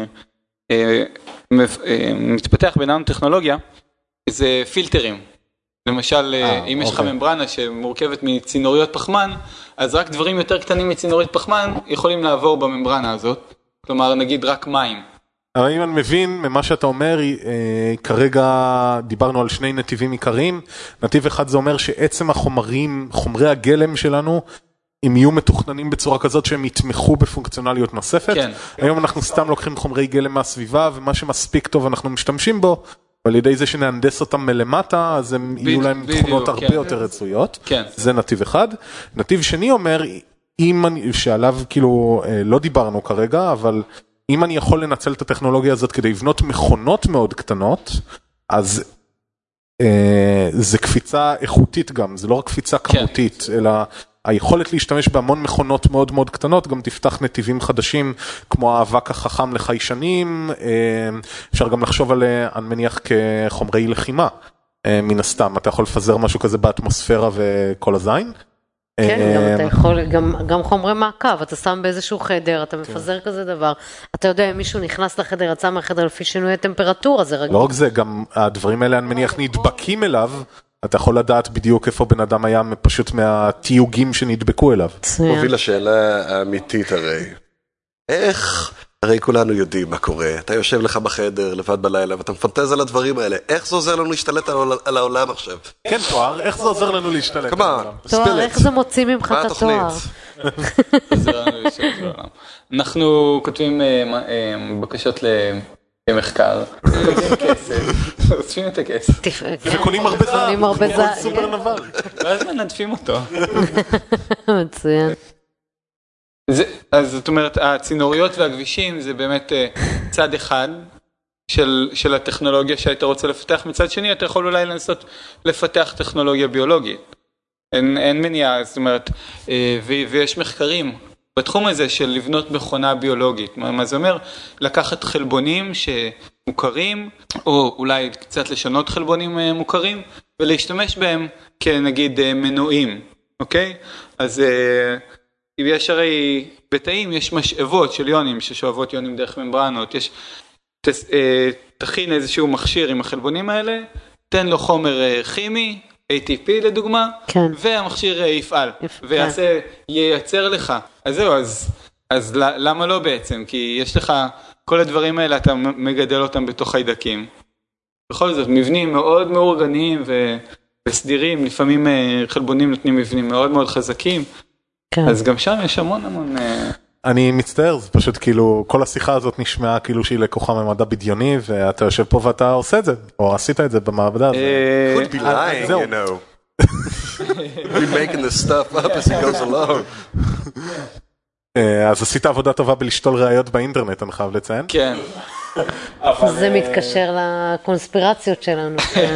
מתפתח בננו טכנולוגיה, זה פילטרים. למשל, אם יש לך ממברנה שמורכבת מצינוריות פחמן, אז רק דברים יותר קטנים מצינוריות פחמן יכולים לעבור בממברנה הזאת. כלומר, נגיד רק מים. אבל אם אני מבין, ממה שאתה אומר, כרגע דיברנו על שני נתיבים עיקריים. נתיב אחד זה אומר שעצם החומרים, חומרי הגלם שלנו, אם יהיו מתוכננים בצורה כזאת שהם יתמכו בפונקציונליות נוספת. כן. היום אנחנו סתם לוקחים חומרי גלם מהסביבה, ומה שמספיק טוב אנחנו משתמשים בו, ועל ידי זה שנהנדס אותם מלמטה, אז הם יהיו להם תכונות הרבה כן. יותר רצויות. כן. זה נתיב אחד. נתיב שני אומר, אם אני, שעליו כאילו לא דיברנו כרגע, אבל אם אני יכול לנצל את הטכנולוגיה הזאת כדי לבנות מכונות מאוד קטנות, אז אה, זה קפיצה איכותית גם, זה לא רק קפיצה כמותית, כן. אלא היכולת להשתמש בהמון מכונות מאוד מאוד קטנות, גם תפתח נתיבים חדשים, כמו האבק החכם לחיישנים, אה, אפשר גם לחשוב על, אני מניח, כחומרי לחימה, אה, מן הסתם, אתה יכול לפזר משהו כזה באטמוספירה וכל הזין. כן, גם אתה יכול, גם, גם חומרי מעקב, אתה שם באיזשהו חדר, אתה מפזר כזה דבר, אתה יודע, אם מישהו נכנס לחדר, יצא מהחדר לפי שינוי הטמפרטורה, זה רגיל. לא רק זה, גם הדברים האלה, אני מניח, נדבקים אליו, אתה יכול לדעת בדיוק איפה בן אדם היה פשוט מהתיוגים שנדבקו אליו. מוביל לשאלה האמיתית הרי. איך, הרי כולנו יודעים מה קורה, אתה יושב לך בחדר לבד בלילה, ואתה מפנטז על הדברים האלה, איך זה עוזר לנו להשתלט על העולם עכשיו? כן, תואר, איך זה עוזר לנו להשתלט על העולם? תואר, איך זה מוציא ממך את התואר? אנחנו כותבים בקשות למחקר, כותבים כסף, עושים את הכסף. וקונים הרבה זהב, קונים הרבה זהב. סופר נבל. ואז מנדפים אותו. מצוין. זה, אז זאת אומרת, הצינוריות והכבישים זה באמת uh, צד אחד של, של הטכנולוגיה שהיית רוצה לפתח. מצד שני, אתה יכול אולי לנסות לפתח טכנולוגיה ביולוגית. אין, אין מניעה, זאת אומרת, uh, ו, ויש מחקרים בתחום הזה של לבנות מכונה ביולוגית. מה, מה זה אומר? לקחת חלבונים שמוכרים, או אולי קצת לשנות חלבונים uh, מוכרים, ולהשתמש בהם כנגיד uh, מנועים, אוקיי? אז... Uh, יש הרי בתאים, יש משאבות של יונים ששואבות יונים דרך ממברנות, יש, תכין איזשהו מכשיר עם החלבונים האלה, תן לו חומר כימי, איי טי פי לדוגמה, כן. והמכשיר יפעל, ויעשה, ייצר לך. אז זהו, אז, אז למה לא בעצם? כי יש לך, כל הדברים האלה אתה מגדל אותם בתוך חיידקים. בכל זאת, מבנים מאוד מאורגניים וסדירים, לפעמים חלבונים נותנים מבנים מאוד מאוד חזקים, כן. אז גם שם יש המון המון... אני מצטער, זה פשוט כאילו, כל השיחה הזאת נשמעה כאילו שהיא לקוחה ממדע בדיוני, ואתה יושב פה ואתה עושה את זה, או עשית את זה במעבדה. Could be lying, you know. We're making this stuff up as it goes along. אז עשית עבודה טובה בלשתול ראיות באינטרנט, אני חייב לציין. כן. זה מתקשר לקונספירציות שלנו.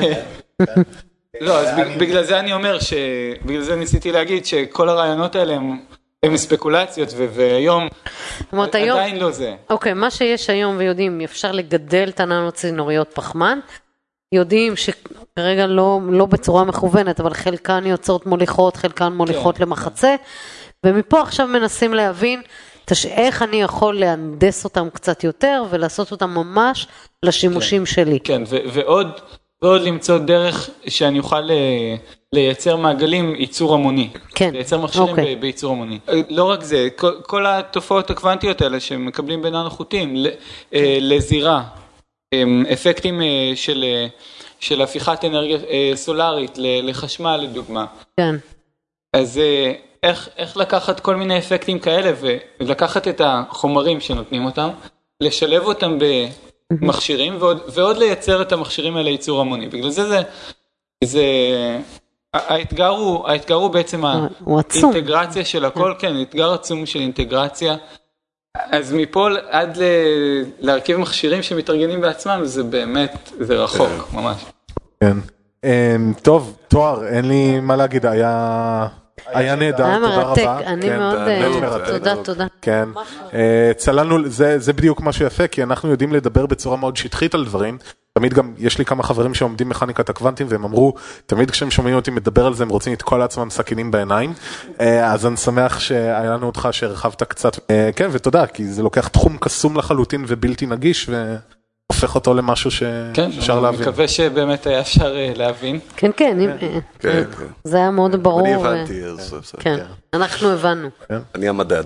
לא, אז בגלל זה אני אומר, בגלל זה ניסיתי להגיד שכל הרעיונות האלה הם ספקולציות, והיום עדיין לא זה. אוקיי, מה שיש היום ויודעים, אפשר לגדל את הננו-צינוריות פחמן, יודעים שכרגע לא בצורה מכוונת, אבל חלקן יוצרות מוליכות, חלקן מוליכות למחצה, ומפה עכשיו מנסים להבין איך אני יכול להנדס אותם קצת יותר, ולעשות אותם ממש לשימושים שלי. כן, ועוד... ועוד למצוא דרך שאני אוכל לייצר מעגלים ייצור המוני. כן. לייצר מכשירים okay. בייצור המוני. לא רק זה, כל, כל התופעות הקוונטיות האלה שמקבלים ביננו חוטים, לזירה, אפקטים של, של הפיכת אנרגיה סולארית לחשמל לדוגמה. כן. אז איך, איך לקחת כל מיני אפקטים כאלה ולקחת את החומרים שנותנים אותם, לשלב אותם ב... מכשירים, ועוד, ועוד לייצר את המכשירים האלה ייצור המוני. בגלל זה זה, זה, האתגר הוא, האתגר הוא בעצם האינטגרציה של הכל, כן, אתגר עצום של אינטגרציה. אז מפה עד ל, להרכיב מכשירים שמתארגנים בעצמם, זה באמת, זה רחוק, ממש. כן. טוב, תואר, אין לי מה להגיד, היה... היה נהדר, תודה רבה. אני מאוד, תודה, תודה. כן, צללנו, זה בדיוק משהו יפה, כי אנחנו יודעים לדבר בצורה מאוד שטחית על דברים. תמיד גם, יש לי כמה חברים שעומדים מכניקת הקוונטים, והם אמרו, תמיד כשהם שומעים אותי מדבר על זה, הם רוצים לתקוע לעצמם סכינים בעיניים. אז אני שמח שהיה לנו אותך, שהרחבת קצת. כן, ותודה, כי זה לוקח תחום קסום לחלוטין ובלתי נגיש, ו... הופך אותו למשהו שאפשר להבין. אני מקווה שבאמת היה אפשר להבין. כן, כן, זה היה מאוד ברור. אני הבנתי, אז... כן, אנחנו הבנו. אני המדד.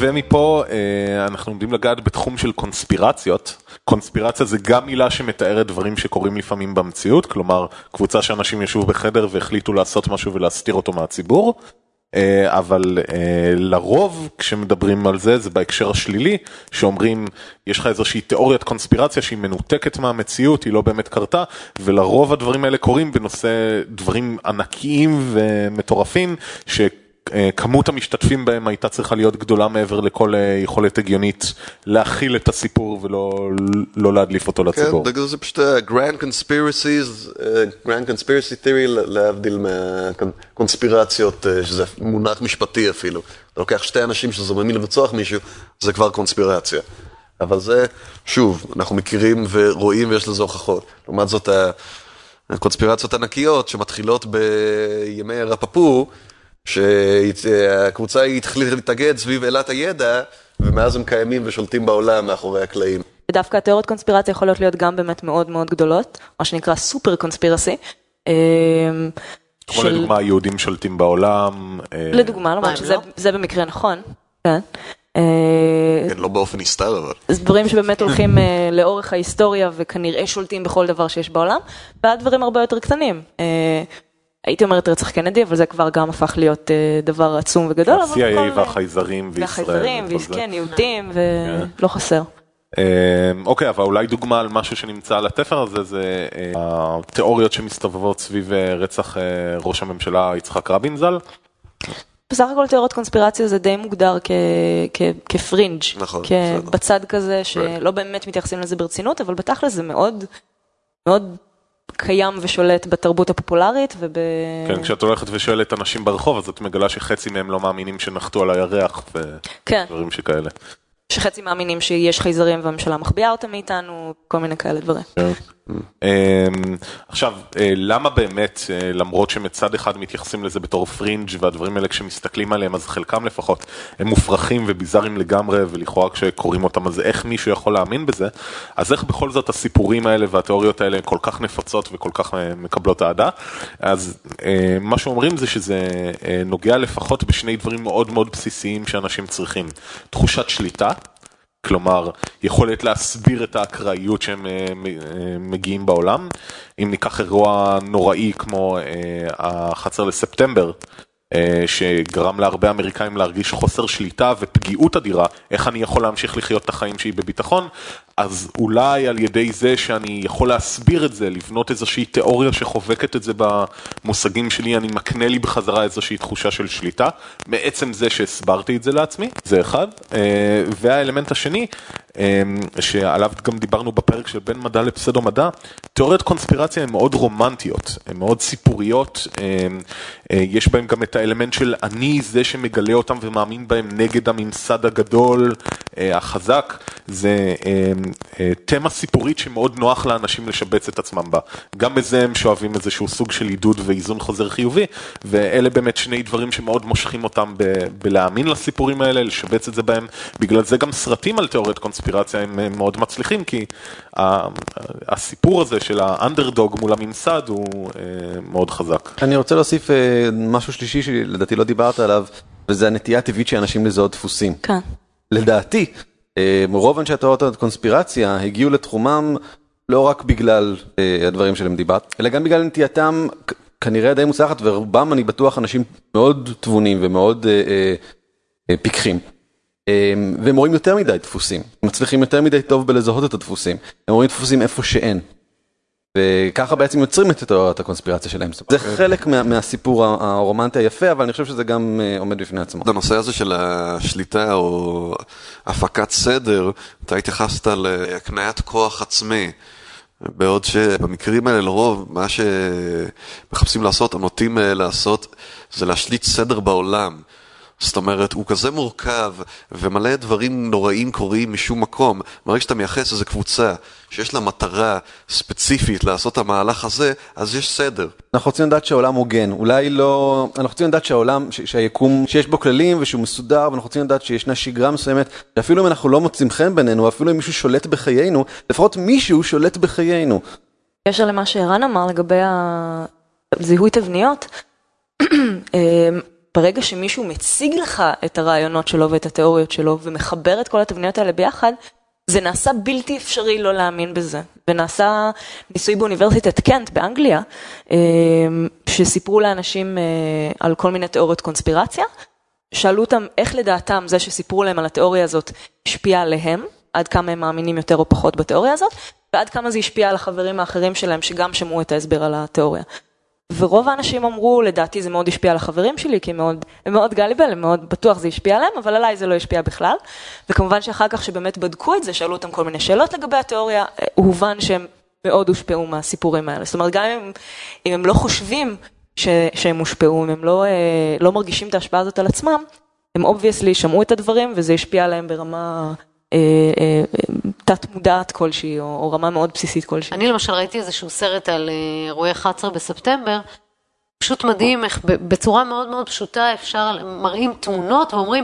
ומפה אנחנו עומדים לגעת בתחום של קונספירציות. קונספירציה זה גם מילה שמתארת דברים שקורים לפעמים במציאות, כלומר קבוצה שאנשים ישבו בחדר והחליטו לעשות משהו ולהסתיר אותו מהציבור, אבל לרוב כשמדברים על זה, זה בהקשר השלילי, שאומרים יש לך איזושהי תיאוריית קונספירציה שהיא מנותקת מהמציאות, היא לא באמת קרתה, ולרוב הדברים האלה קורים בנושא דברים ענקיים ומטורפים, ש... כמות המשתתפים בהם הייתה צריכה להיות גדולה מעבר לכל יכולת הגיונית להכיל את הסיפור ולא לא להדליף אותו לציבור. כן, זה פשוט grand conspiracies, grand conspiracy theory להבדיל מהקונספירציות, שזה מונח משפטי אפילו. אתה לוקח שתי אנשים שזוממים לרצוח מישהו, זה כבר קונספירציה. אבל זה, שוב, אנחנו מכירים ורואים ויש לזה הוכחות. לעומת זאת, הקונספירציות ענקיות שמתחילות בימי רפפו, שהקבוצה היא התחילה להתאגד סביב אלת הידע, ומאז הם קיימים ושולטים בעולם מאחורי הקלעים. ודווקא התיאוריות קונספירציה יכולות להיות גם באמת מאוד מאוד גדולות, מה שנקרא סופר קונספירסי. כמו לדוגמה, יהודים שולטים בעולם. לדוגמה, למרות שזה במקרה נכון. כן. כן, לא באופן נסתר, אבל. זה דברים שבאמת הולכים לאורך ההיסטוריה, וכנראה שולטים בכל דבר שיש בעולם, ועד דברים הרבה יותר קטנים. הייתי אומרת רצח קנדי, אבל זה כבר גם הפך להיות דבר עצום וגדול. ה-סי איי איי והחייזרים וישראל. והחייזרים, כן, יהודים, ולא חסר. אוקיי, אבל אולי דוגמה על משהו שנמצא על התפר הזה, זה התיאוריות שמסתובבות סביב רצח ראש הממשלה יצחק רבין ז"ל. בסך הכל תיאוריות קונספירציה זה די מוגדר כפרינג', בצד כזה שלא באמת מתייחסים לזה ברצינות, אבל בתכל'ס זה מאוד מאוד קיים ושולט בתרבות הפופולרית וב... כן, כשאת הולכת ושואלת אנשים ברחוב, אז את מגלה שחצי מהם לא מאמינים שנחתו על הירח ודברים שכאלה. שחצי מאמינים שיש חייזרים והממשלה מחביאה אותם מאיתנו, כל מיני כאלה דברים. עכשיו, למה באמת, למרות שמצד אחד מתייחסים לזה בתור פרינג' והדברים האלה כשמסתכלים עליהם, אז חלקם לפחות הם מופרכים וביזרים לגמרי, ולכאורה כשקוראים אותם, אז איך מישהו יכול להאמין בזה? אז איך בכל זאת הסיפורים האלה והתיאוריות האלה כל כך נפוצות וכל כך מקבלות העדה? אז מה שאומרים זה שזה נוגע לפחות בשני דברים מאוד מאוד בסיסיים שאנשים צריכים. תחושת שליטה, כלומר, יכולת להסביר את האקראיות שהם מגיעים בעולם. אם ניקח אירוע נוראי כמו החצר לספטמבר, שגרם להרבה אמריקאים להרגיש חוסר שליטה ופגיעות אדירה, איך אני יכול להמשיך לחיות את החיים שהיא בביטחון, אז אולי על ידי זה שאני יכול להסביר את זה, לבנות איזושהי תיאוריה שחובקת את זה במושגים שלי, אני מקנה לי בחזרה איזושהי תחושה של שליטה, מעצם זה שהסברתי את זה לעצמי, זה אחד. והאלמנט השני, שעליו גם דיברנו בפרק של בין מדע לפסדו מדע, תיאוריות קונספירציה הן מאוד רומנטיות, הן מאוד סיפוריות, יש בהן גם את האלמנט של אני זה שמגלה אותם ומאמין בהם נגד הממסד הגדול, החזק, זה תמה סיפורית שמאוד נוח לאנשים לשבץ את עצמם בה. גם בזה הם שואבים איזשהו סוג של עידוד ואיזון חוזר חיובי, ואלה באמת שני דברים שמאוד מושכים אותם ב- בלהאמין לסיפורים האלה, לשבץ את זה בהם. בגלל זה גם סרטים על תיאוריית קונספירציה הם מאוד מצליחים, כי הסיפור הזה של האנדרדוג מול הממסד הוא מאוד חזק. אני רוצה להוסיף משהו שלישי שלדעתי לא דיברת עליו, וזה הנטייה הטבעית שאנשים לזהות דפוסים. כן. לדעתי, רוב אנשי התיאוריות הקונספירציה הגיעו לתחומם לא רק בגלל הדברים שלהם דיברת, אלא גם בגלל נטייתם כנראה די מוצלחת, ורובם אני בטוח אנשים מאוד תבונים ומאוד פיקחים. והם רואים יותר מדי דפוסים, מצליחים יותר מדי טוב בלזהות את הדפוסים, הם רואים דפוסים איפה שאין. וככה בעצם יוצרים את תיאוריית הקונספירציה שלהם. זה חלק מה, מהסיפור הרומנטי היפה, אבל אני חושב שזה גם עומד בפני עצמו. הנושא הזה של השליטה או הפקת סדר, אתה התייחסת להקניית כוח עצמי, בעוד שבמקרים האלה לרוב מה שמחפשים לעשות, הנוטים לעשות, זה להשליט סדר בעולם. זאת אומרת, הוא כזה מורכב, ומלא דברים נוראים קוראים משום מקום. ברגע שאתה מייחס איזו קבוצה שיש לה מטרה ספציפית לעשות המהלך הזה, אז יש סדר. אנחנו רוצים לדעת שהעולם הוגן. אולי לא... אנחנו רוצים לדעת שהעולם, שהיקום, שיש בו כללים ושהוא מסודר, ואנחנו רוצים לדעת שישנה שגרה מסוימת, שאפילו אם אנחנו לא מוצאים חן בינינו, אפילו אם מישהו שולט בחיינו, לפחות מישהו שולט בחיינו. בקשר למה שערן אמר לגבי הזיהוי תבניות, ברגע שמישהו מציג לך את הרעיונות שלו ואת התיאוריות שלו, ומחבר את כל התבניות האלה ביחד, זה נעשה בלתי אפשרי לא להאמין בזה. ונעשה ניסוי באוניברסיטת קנט באנגליה, שסיפרו לאנשים על כל מיני תיאוריות קונספירציה, שאלו אותם איך לדעתם זה שסיפרו להם על התיאוריה הזאת השפיע עליהם, עד כמה הם מאמינים יותר או פחות בתיאוריה הזאת, ועד כמה זה השפיע על החברים האחרים שלהם שגם שמעו את ההסבר על התיאוריה. ורוב האנשים אמרו, לדעתי זה מאוד השפיע על החברים שלי, כי הם מאוד, הם מאוד גליבל, הם מאוד בטוח זה השפיע עליהם, אבל עליי זה לא השפיע בכלל. וכמובן שאחר כך שבאמת בדקו את זה, שאלו אותם כל מיני שאלות לגבי התיאוריה, הובן שהם מאוד הושפעו מהסיפורים האלה. זאת אומרת, גם אם, אם הם לא חושבים ש, שהם הושפעו, אם הם לא, לא מרגישים את ההשפעה הזאת על עצמם, הם obviously שמעו את הדברים, וזה השפיע עליהם ברמה תת מודעת כלשהי, או, או רמה מאוד בסיסית כלשהי. אני למשל ראיתי איזשהו סרט על אירועי אחת עשרה בספטמבר, פשוט מדהים איך בצורה מאוד מאוד פשוטה אפשר, מראים תמונות ואומרים,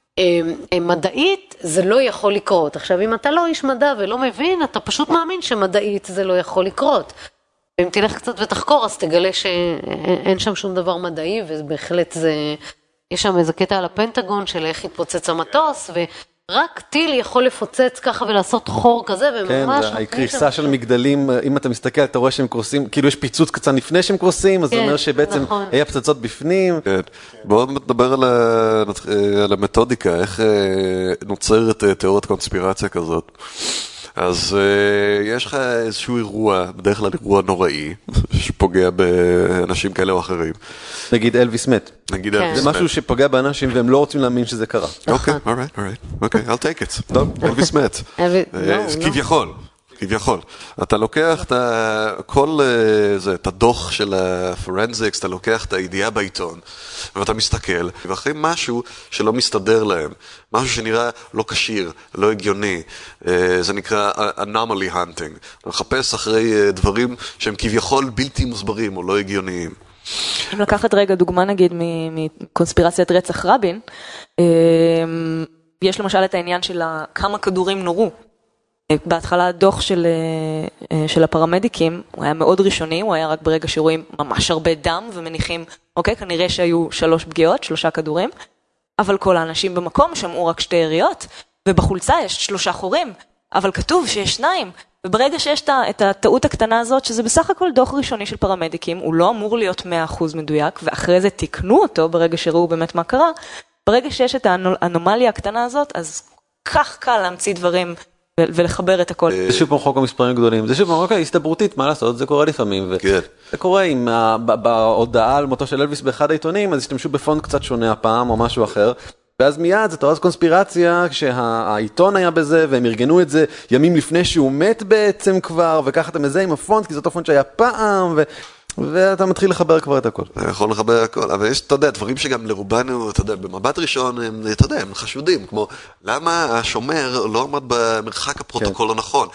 מדעית זה לא יכול לקרות. עכשיו אם אתה לא איש מדע ולא מבין, אתה פשוט מאמין שמדעית זה לא יכול לקרות. ואם תלך קצת ותחקור, אז תגלה שאין שם שום דבר מדעי, ובהחלט זה, יש שם איזה קטע על הפנטגון של איך התפוצץ המטוס, ו... רק טיל יכול לפוצץ ככה ולעשות חור כזה, וממש... כן, הקריסה של מגדלים, אם אתה מסתכל, אתה רואה שהם קורסים, כאילו יש פיצוץ קצת לפני שהם קורסים, אז זה אומר שבעצם היה פצצות בפנים. בואו נדבר על המתודיקה, איך נוצרת תיאוריית קונספירציה כזאת. אז uh, יש לך איזשהו אירוע, בדרך כלל אירוע נוראי, שפוגע באנשים כאלה או אחרים. נגיד אלוויס מת. נגיד אלוויס מת. זה משהו שפוגע באנשים והם לא רוצים להאמין שזה קרה. אוקיי, alright, alright. אוקיי, I'll take it. טוב, אלוויס מת. כביכול. כביכול. אתה לוקח את כל זה, את הדוח של הפורנזיקס, אתה לוקח את הידיעה בעיתון, ואתה מסתכל, ואחרי משהו שלא מסתדר להם, משהו שנראה לא קשיר, לא הגיוני, זה נקרא anomaly hunting. אתה מחפש אחרי דברים שהם כביכול בלתי מוסברים או לא הגיוניים. אם לקחת רגע דוגמה נגיד מקונספירציית רצח רבין, יש למשל את העניין של כמה כדורים נורו. בהתחלה הדוח של, של הפרמדיקים, הוא היה מאוד ראשוני, הוא היה רק ברגע שרואים ממש הרבה דם ומניחים, אוקיי, כנראה שהיו שלוש פגיעות, שלושה כדורים, אבל כל האנשים במקום שמעו רק שתי יריות, ובחולצה יש שלושה חורים, אבל כתוב שיש שניים, וברגע שיש את הטעות הקטנה הזאת, שזה בסך הכל דוח ראשוני של פרמדיקים, הוא לא אמור להיות מאה אחוז מדויק, ואחרי זה תיקנו אותו ברגע שראו באמת מה קרה, ברגע שיש את האנומליה הקטנה הזאת, אז כך קל להמציא דברים ולחבר את הכל. זה שוב פעם חוק המספרים גדולים, זה שוב פעם, אוקיי, הסתברותית, מה לעשות, זה קורה לפעמים, וזה קורה עם, בהודעה על מותו של אלוויס באחד העיתונים, אז השתמשו בפונט קצת שונה הפעם, או משהו אחר, ואז מיד זה תורז קונספירציה, כשהעיתון היה בזה, והם ארגנו את זה ימים לפני שהוא מת בעצם כבר, וככה אתה מזהה עם הפונט, כי זה אותו פונט שהיה פעם, ו... ואתה מתחיל לחבר כבר את הכל. אתה יכול לחבר הכל, אבל יש, אתה יודע, דברים שגם לרובנו, אתה יודע, במבט ראשון, הם, אתה יודע, הם חשודים, כמו, למה השומר לא עמד במרחק הפרוטוקול הנכון?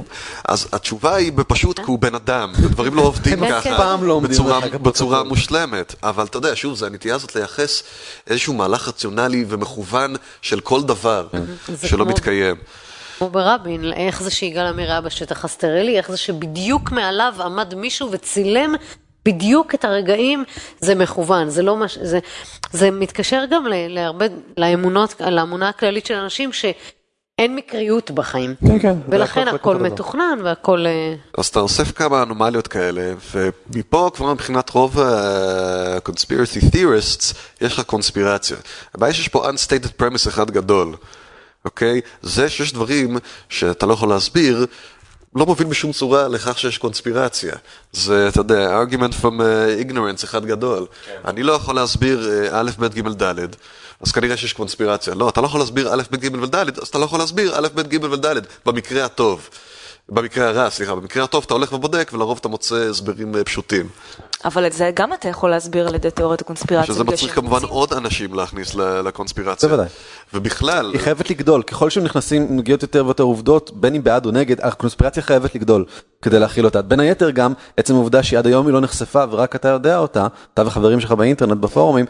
אז התשובה היא בפשוט, כי הוא בן אדם, דברים לא עובדים ככה, בצורה מושלמת, אבל אתה יודע, שוב, זה הנטייה הזאת לייחס איזשהו מהלך רציונלי ומכוון של כל דבר שלא מתקיים. כמו ברבין, איך זה שהגע למראה בשטח הסטרילי, איך זה שבדיוק מעליו עמד מישהו וצילם בדיוק את הרגעים, זה מכוון, זה לא מש... זה, זה מתקשר גם להרבה, לאמונות, לאמונה הכללית של אנשים שאין מקריות בחיים. כן, כן. ולכן הכל מתוכנן והכל... אז אתה אוסף כמה אנומליות כאלה, ומפה כבר מבחינת רוב ה-conspiracy theorists, יש לך קונספירציה. הבעיה שיש פה unstated premise אחד גדול. אוקיי? זה שיש דברים שאתה לא יכול להסביר, לא מוביל בשום צורה לכך שיש קונספירציה. זה, אתה יודע, argument from uh, ignorance אחד גדול. כן. אני לא יכול להסביר uh, א', ב', ג', ד', אז כנראה שיש קונספירציה. לא, אתה לא יכול להסביר א', ב', ג' וד', אז אתה לא יכול להסביר א', ב', ג' וד', במקרה הטוב. במקרה הרע, סליחה, במקרה הטוב אתה הולך ובודק, ולרוב אתה מוצא הסברים פשוטים. אבל את זה גם אתה יכול להסביר על ידי תיאוריית הקונספירציה. שזה מצריך כמובן עוד אנשים להכניס לקונספירציה. בוודאי. ובכלל... היא חייבת לגדול, ככל שהם נכנסים, מגיעות יותר ויותר עובדות, בין אם בעד או נגד, הקונספירציה חייבת לגדול כדי להכיל אותה. בין היתר גם, עצם העובדה שעד היום היא לא נחשפה, ורק אתה יודע אותה, אתה וחברים שלך באינטרנט, בפורומים,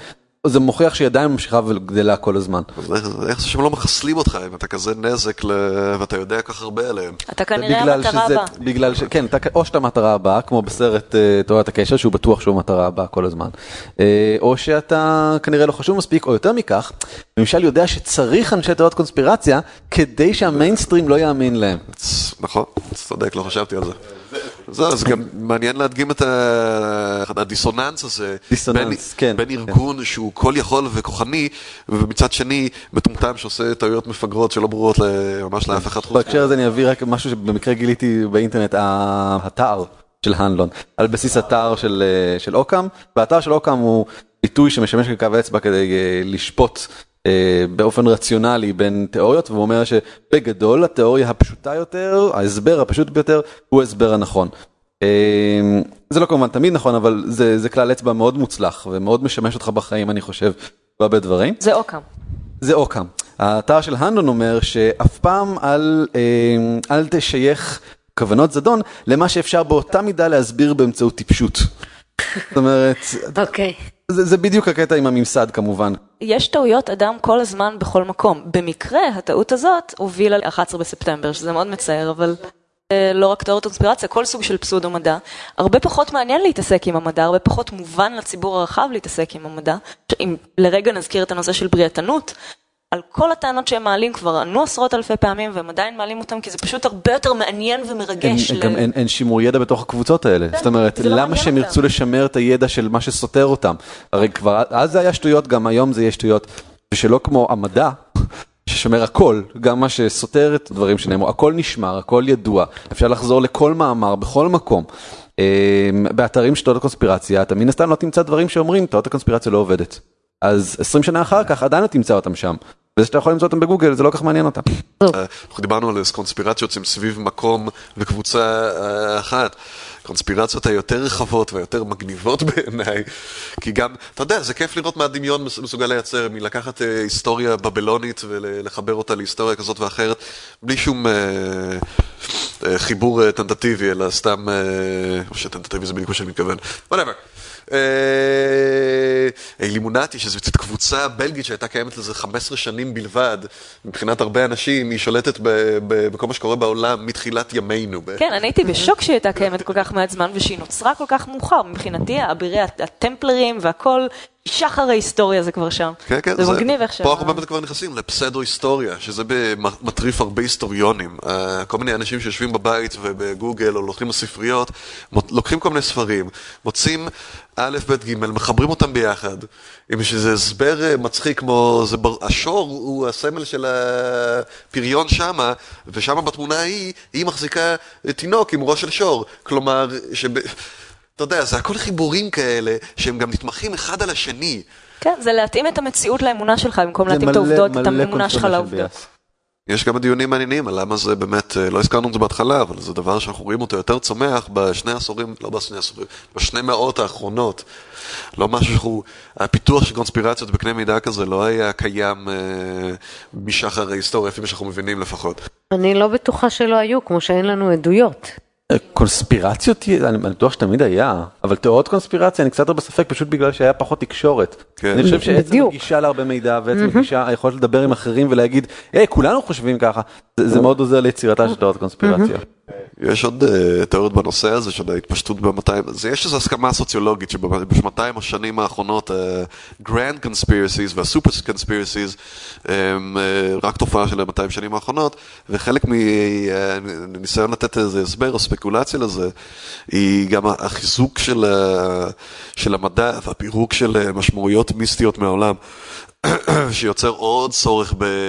זה מוכיח שידיים ממשיכה וגדלה כל הזמן. איך זה שהם לא מחסלים אותך, אם אתה כזה נזק ואתה יודע כך הרבה עליהם? אתה כנראה המטרה הבאה. בגלל ש... כן, או שאתה מטרה הבאה, כמו בסרט תורת הקשר, שהוא בטוח שהוא מטרה הבאה כל הזמן. או שאתה כנראה לא חשוב מספיק, או יותר מכך, למשל יודע שצריך אנשי תיאוריות קונספירציה, כדי שהמיינסטרים לא יאמין להם. נכון, צודק, לא חשבתי על זה. זה, זה גם מעניין להדגים את הדיסוננס הזה, דיסוננס, כן. בין ארגון שהוא כל יכול וכוחני, ומצד שני מטומטם שעושה טעויות מפגרות שלא ברורות ממש לאף אחד חוץ. בהקשר הזה אני אביא רק משהו שבמקרה גיליתי באינטרנט, האתר של הנלון, על בסיס אתר של, של אוקאם, והאתר של אוקאם הוא ביטוי שמשמש כקו אצבע כדי לשפוט באופן רציונלי בין תיאוריות, והוא אומר שבגדול התיאוריה הפשוטה יותר, ההסבר הפשוט ביותר, הוא ההסבר הנכון. זה לא כמובן תמיד נכון, אבל זה, זה כלל אצבע מאוד מוצלח, ומאוד משמש אותך בחיים, אני חושב, בהרבה דברים. זה אוקאם. זה אוקאם. האתר של הנלון אומר שאף פעם אל, אל תשייך כוונות זדון למה שאפשר באותה מידה להסביר באמצעות טיפשות. זאת אומרת... אוקיי. זה, זה בדיוק הקטע עם הממסד כמובן. יש טעויות אדם כל הזמן בכל מקום. במקרה, הטעות הזאת הובילה ל-אחד עשר בספטמבר, שזה מאוד מצער, אבל אה, לא רק תיאוריות קונספירציה, כל סוג של פסודו מדע. הרבה פחות מעניין להתעסק עם המדע, הרבה פחות מובן לציבור הרחב להתעסק עם המדע. אם לרגע נזכיר את הנושא של בריאתנות, על כל הטענות שהם מעלים כבר ענו עשרות אלפי פעמים, והם עדיין מעלים אותם, כי זה פשוט הרבה יותר מעניין ומרגש. אין, ל... גם אין, אין שימור ידע בתוך הקבוצות האלה. זאת אומרת, למה שהם ירצו לשמר את הידע של מה שסותר אותם? הרי כבר, אז זה היה שטויות, גם היום זה יהיה שטויות, ושלא כמו המדע, ששמר הכל, גם מה שסותר את הדברים שנאמרו, הכל נשמר, הכל ידוע, אפשר לחזור לכל מאמר, בכל מקום. באתרים של תיאוריות הקונספירציה, אתה מן הסתם לא תמצא דברים שאומרים, תיאוריות הקונספירציה לא עובדת. אז עשרים שנה אחר כך עדיין לא תמצא אותם שם. וזה שאתה יכול למצוא אותם בגוגל, זה לא כך מעניין אותם. אנחנו דיברנו על קונספירציות סביב מקום וקבוצה אחת. קונספירציות היותר רחבות והיותר מגניבות בעיניי, כי גם, אתה יודע, זה כיף לראות מה הדמיון מסוגל לייצר, מלקחת היסטוריה בבלונית ולחבר אותה להיסטוריה כזאת ואחרת, בלי שום חיבור טנטטיבי, אלא סתם, או שטנטטיבי זה בדיוק מה שאני מתכוון, whatever. אילימונטי, שזו קבוצה בלגית שהייתה קיימת לזה חמש עשרה שנים בלבד, מבחינת הרבה אנשים, היא שולטת בכל מה שקורה בעולם מתחילת ימינו. כן, אני הייתי בשוק שהיא הייתה קיימת כל כך מעט זמן, ושהיא נוצרה כל כך מאוחר, מבחינתי, האבירי הטמפלרים והכל, שחר ההיסטוריה זה כבר שם. כן, כן, זה מגניב איך שם. פה אנחנו באמת כבר נכנסים לפסדו-היסטוריה, שזה מטריף הרבה היסטוריונים. כל מיני אנשים שיושבים בבית ובגוגל או לוקחים לספריות, לוקחים כל מיני ספרים, מוצאים א', ב', ג', מחברים אותם ביחד, עם שזה הסבר מצחיק כמו, זה בר... השור הוא הסמל של הפריון שמה, ושמה בתמונה היא, היא מחזיקה תינוק עם ראש של שור. כלומר, שב... אתה יודע, זה הכל חיבורים כאלה, שהם גם נתמכים אחד על השני. כן, זה להתאים את המציאות לאמונה שלך, במקום להתאים את העובדות, את האמונה שלך לעובדות. יש גם דיונים מעניינים על למה זה באמת, לא הזכרנו את זה בהתחלה, אבל זה דבר שאנחנו רואים אותו יותר צומח בשני עשורים, לא בשני עשורים, בשני מאות האחרונות. לא משהו שהוא, הפיתוח של קונספירציות בקנה מידה כזה לא היה קיים אה, משחר ההיסטוריה, לפי מה שאנחנו מבינים לפחות. אני לא בטוחה שלא היו, כמו שאין לנו עדויות. קונספירציות, אני בטוח שתמיד היה, אבל תיאוריות קונספירציה, אני קצת יותר בספק, פשוט בגלל שהיה פחות תקשורת. אני חושב שעצם הגישה להרבה מידע, ועצם הגישה, היכולת לדבר עם אחרים ולהגיד, היי, כולנו חושבים ככה, זה מאוד עוזר ליצירתה של תיאוריות קונספירציה. יש עוד תיאוריות בנושא הזה של ההתפשטות ב-מאתיים, יש איזו הסכמה סוציולוגית שב-מאתיים השנים האחרונות ה-Grand Conspiracies וה-Super Conspiracies הם רק תופעה של ה-מאתיים שנים האחרונות, וחלק מניסיון לתת איזה הסבר או ספקולציה לזה, היא גם החיזוק של המדע והפירוק של משמעויות מיסטיות מהעולם. שיוצר עוד צורך